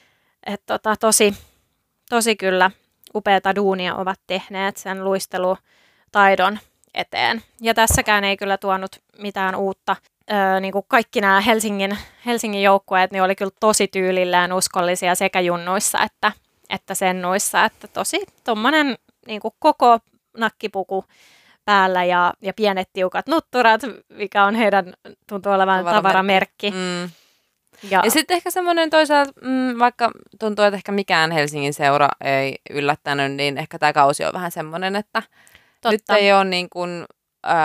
et tota, tosi, tosi kyllä upeata duunia ovat tehneet sen luistelutaidon eteen. Ja tässäkään ei kyllä tuonut mitään uutta. Öö, niin kuin kaikki nämä Helsingin, Helsingin joukkueet niin oli kyllä tosi tyylillään uskollisia sekä junnuissa että, että sennuissa. Että tosi tommonen niin kuin koko nakkipuku päällä ja, ja pienet tiukat nutturat, mikä on heidän tuntuu olevan tavaramerkki. tavaramerkki. Mm. Ja, ja sitten ehkä semmoinen toisaalta, mm, vaikka tuntuu, että ehkä mikään Helsingin seura ei yllättänyt, niin ehkä tämä kausi on vähän semmoinen, että Totta. nyt ei ole niin kuin, äh,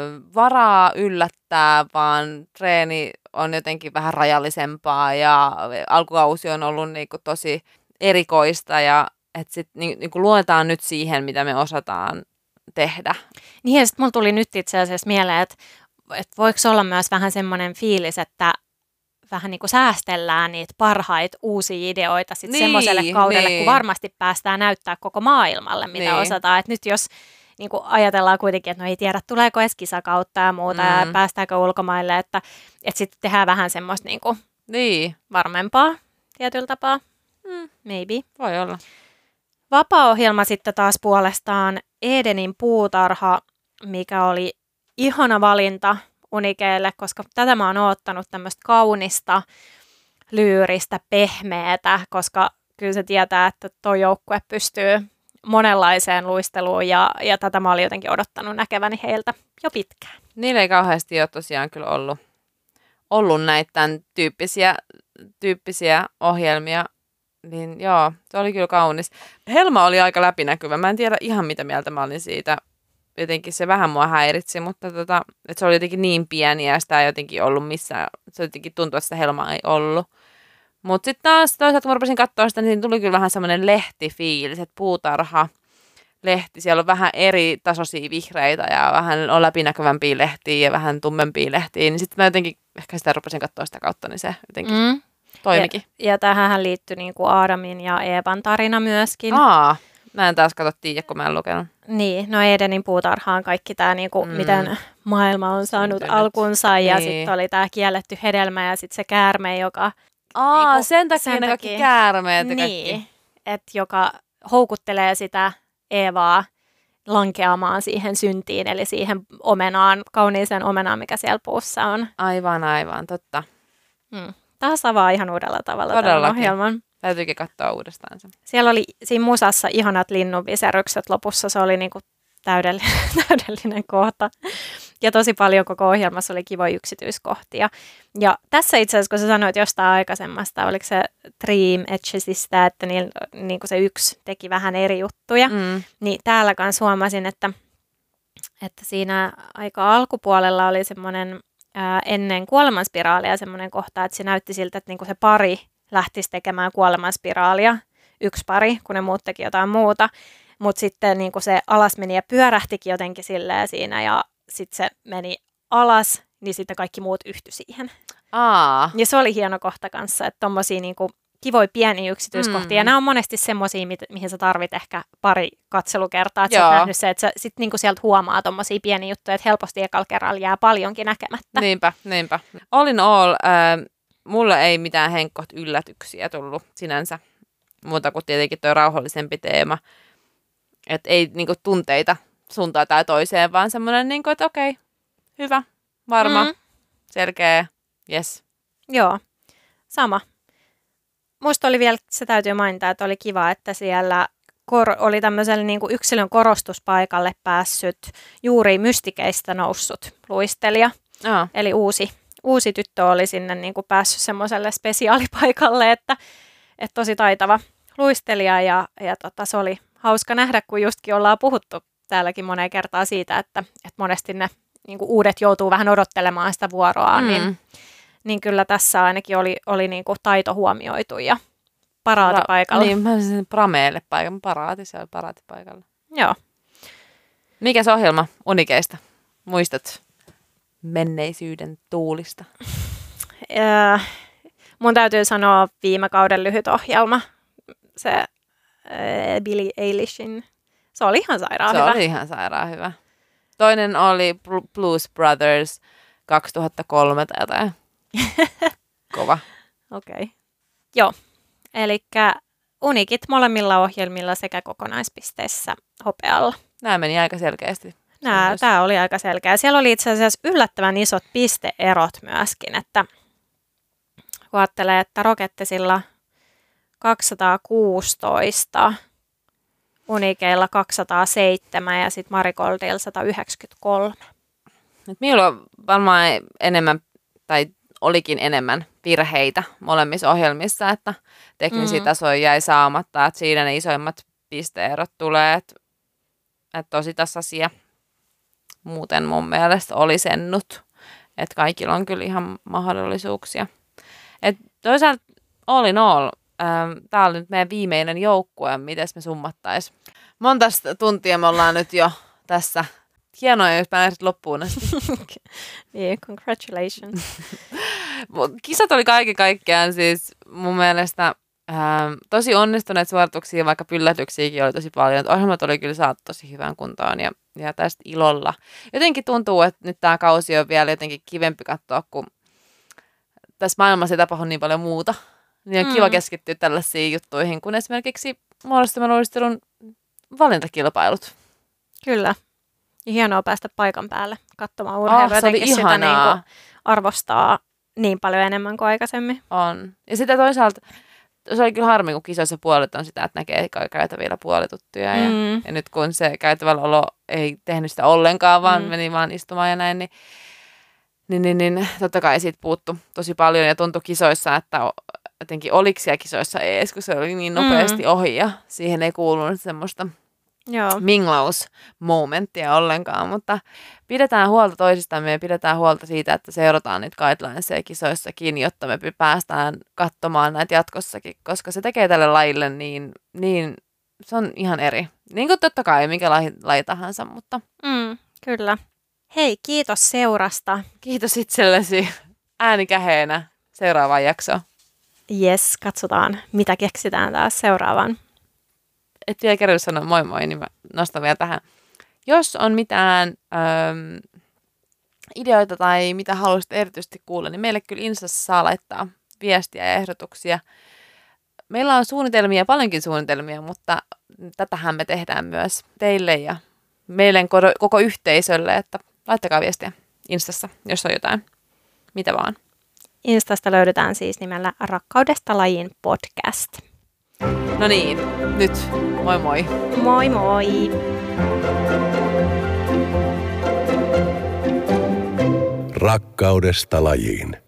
varaa yllättää, vaan treeni on jotenkin vähän rajallisempaa ja alkukausi on ollut niin kuin tosi erikoista ja että sitten niin, niin kuin luotetaan nyt siihen, mitä me osataan tehdä. Niin ja sitten mulla tuli nyt itse asiassa mieleen, että, että voiko olla myös vähän semmoinen fiilis, että vähän niin kuin säästellään niitä parhaita uusia ideoita sitten niin, semmoiselle kaudelle, niin. kun varmasti päästään näyttää koko maailmalle, mitä niin. osataan. Että nyt jos niin kuin ajatellaan kuitenkin, että no ei tiedä, tuleeko edes kisakautta ja muuta mm. ja päästäänkö ulkomaille, että, että sitten tehdään vähän semmoista niin kuin niin. varmempaa tietyllä tapaa. Mm. Maybe. Voi olla. Vapaa-ohjelma sitten taas puolestaan Edenin puutarha, mikä oli ihana valinta unikeille, koska tätä mä oon oottanut tämmöistä kaunista, lyyristä, pehmeätä, koska kyllä se tietää, että tuo joukkue pystyy monenlaiseen luisteluun ja, ja tätä mä olin jotenkin odottanut näkeväni heiltä jo pitkään. Niillä ei kauheasti ole tosiaan kyllä ollut, ollut näitä tämän tyyppisiä, tyyppisiä ohjelmia, niin joo, se oli kyllä kaunis. Helma oli aika läpinäkyvä, mä en tiedä ihan mitä mieltä mä olin siitä. Jotenkin se vähän mua häiritsi, mutta tota, että se oli jotenkin niin pieni ja sitä ei jotenkin ollut missään. Se jotenkin tuntui, että sitä helmaa ei ollut. Mutta sitten taas toisaalta kun rupesin katsoa sitä, niin tuli kyllä vähän semmoinen lehtifiilis, että puutarha, lehti, siellä on vähän eri tasoisia vihreitä ja vähän on läpinäkyvämpiä lehtiä ja vähän tummempia lehtiä. Niin sitten mä jotenkin ehkä sitä rupesin katsoa sitä kautta, niin se jotenkin mm. toimikin. Ja, ja tähän liittyi niinku Aadamin ja Eevan tarina myöskin. Aa. Mä en taas katso tiedä, kun mä en lukenut. Niin, no Edenin puutarhaan kaikki tämä, niinku, mm. miten maailma on saanut Syntynyt. alkunsa ja niin. sitten oli tämä kielletty hedelmä ja sitten se käärme, joka... Aa, niinku, sen takia sen ne takia, kaikki käärmeet ja niin, kaikki. että joka houkuttelee sitä Eevaa lankeamaan siihen syntiin, eli siihen omenaan, kauniiseen omenaan, mikä siellä puussa on. Aivan, aivan, totta. Hmm. Taas avaa ihan uudella tavalla tämän ohjelman. Täytyykin katsoa uudestaan se. Siellä oli siinä musassa ihanat linnunviserykset lopussa. Se oli niinku täydellinen, täydellinen kohta. Ja tosi paljon koko ohjelmassa oli kivoja yksityiskohtia. Ja tässä itse asiassa, kun sä sanoit jostain aikaisemmasta, oliko se Dream Edgesistä, että niin, niin kuin se yksi teki vähän eri juttuja, mm. niin täällä kanssa huomasin, että, että siinä aika alkupuolella oli semmoinen ää, ennen kuolemanspiraalia semmoinen kohta, että se näytti siltä, että niin kuin se pari lähtisi tekemään kuolemanspiraalia, yksi pari, kun ne muut teki jotain muuta. Mutta sitten niin se alas meni ja pyörähtikin jotenkin silleen siinä ja sitten se meni alas, niin sitten kaikki muut yhtyi siihen. Aa. Ja se oli hieno kohta kanssa, että tommosia niin kivoja pieniä yksityiskohtia. Mm. Ja nämä on monesti semmosia, mihin sä tarvit ehkä pari katselukertaa, että sä oot nähnyt se, että sä sit niin sieltä huomaa tommosia pieniä juttuja, että helposti ekalla kerralla jää paljonkin näkemättä. Niinpä, niinpä. All in all, äh, mulle ei mitään henkkoht yllätyksiä tullut sinänsä, muuta kuin tietenkin tuo rauhallisempi teema. Että ei niinku tunteita suuntaan tai toiseen, vaan semmoinen, niinku, että okei, hyvä, varma, mm. selkeä, yes. Joo, sama. Musta oli vielä, se täytyy mainita, että oli kiva, että siellä kor- oli tämmöiselle niinku yksilön korostuspaikalle päässyt juuri mystikeistä noussut luistelija. Oh. Eli uusi, uusi tyttö oli sinne niinku päässyt semmoiselle spesiaalipaikalle, että, että tosi taitava luistelija ja, ja tota, se oli hauska nähdä, kun justkin ollaan puhuttu täälläkin moneen kertaa siitä, että, että monesti ne niin kuin uudet joutuu vähän odottelemaan sitä vuoroa, mm. niin, niin kyllä tässä ainakin oli, oli niin kuin taito huomioitu ja paraatipaikalla. Pra, niin, mä olisin prameelle paikalla, paraati, se oli paraatipaikalla. Joo. Mikäs ohjelma Unikeista? Muistat menneisyyden tuulista? äh, mun täytyy sanoa viime kauden lyhyt ohjelma. Se Billie Eilishin. Se oli ihan sairaan se hyvä. Se oli ihan sairaan hyvä. Toinen oli Blues Brothers kaksituhattakolme tai jotain. Kova. Okei. Okay. Joo. Elikkä unikit molemmilla ohjelmilla sekä kokonaispisteissä hopealla. Nämä meni aika selkeästi. Nää, tämä oli aika selkeä. Siellä oli itse asiassa yllättävän isot pisteerot myöskin, että kun ajattelee, että Rocketesilla kaksisataakuusitoista, Unikeilla kaksisataaseitsemän ja sitten Marigoldilla sata yhdeksänkymmentäkolme. Nyt minulla on varmaan enemmän, tai olikin enemmän virheitä molemmissa ohjelmissa, että teknisiä mm-hmm. tasoja jäi saamatta, että siinä ne isoimmat pisteerot tulee, että, että tosi tasaisia. Muuten mun mielestä oli sennut, että kaikilla on kyllä ihan mahdollisuuksia. Et toisaalta all in all, tämä oli nyt meidän viimeinen joukkue, miten me summattaisiin. Monta tuntia me ollaan nyt jo tässä. Hienoa, jos pääsit loppuun asti. Yeah, congratulations. Kisat oli kaiken kaikkiaan siis mun mielestä ähm, tosi onnistuneet suorituksia, vaikka pyllätyksiäkin oli tosi paljon. Ohjelmat oli kyllä saatu tosi hyvään kuntoon ja, ja tästä ilolla. Jotenkin tuntuu, että nyt tämä kausi on vielä jotenkin kivempi katsoa, kun tässä maailmassa ei tapahdu niin paljon muuta. Niin on mm. kiva keskittyä tällaisiin juttuihin, kun esimerkiksi muodostaman uudistelun valintakilpailut. Kyllä. Ja hienoa päästä paikan päälle katsomaan urheilua. Oh, jotenkin sitä niin kuin arvostaa niin paljon enemmän kuin aikaisemmin. On. Ja sitä toisaalta, se oli kyllä harmi, kun kisoissa puolet on sitä, että näkee käytävillä puolituttuja. Mm. Ja, ja nyt kun se käytävällä olo ei tehnyt sitä ollenkaan, vaan mm. meni vaan istumaan ja näin, niin, niin, niin, niin totta kai siitä puuttu tosi paljon. Ja tuntui kisoissa, että jotenkin oliko siellä kisoissa ees, kun se oli niin nopeasti mm. ohi ja siihen ei kuulunut semmoista Joo. minglaus-momenttia ollenkaan, mutta pidetään huolta toisistamme ja pidetään huolta siitä, että seurataan niitä guidelinesia kisoissakin, jotta me päästään katsomaan näitä jatkossakin, koska se tekee tälle lajille niin, niin se on ihan eri. Niin kuin totta kai mikä laji, laji tahansa, mutta... Mm, kyllä. Hei, kiitos seurasta. Kiitos itsellesi äänikäheenä seuraavaan jaksoon. Jes, katsotaan, mitä keksitään taas seuraavan. Et vielä kerran sanoa moi moi, niin mä nostan vielä tähän. Jos on mitään äm, ideoita tai mitä haluaisit erityisesti kuulla, niin meille kyllä Instassa saa laittaa viestiä ja ehdotuksia. Meillä on suunnitelmia, paljonkin suunnitelmia, mutta tätähän me tehdään myös teille ja meille koko yhteisölle, että laittakaa viestiä Instassa, jos on jotain, mitä vaan. Instasta löydetään siis nimellä Rakkaudesta lajiin podcast. No niin, nyt moi moi. Moi moi. Rakkaudesta lajiin.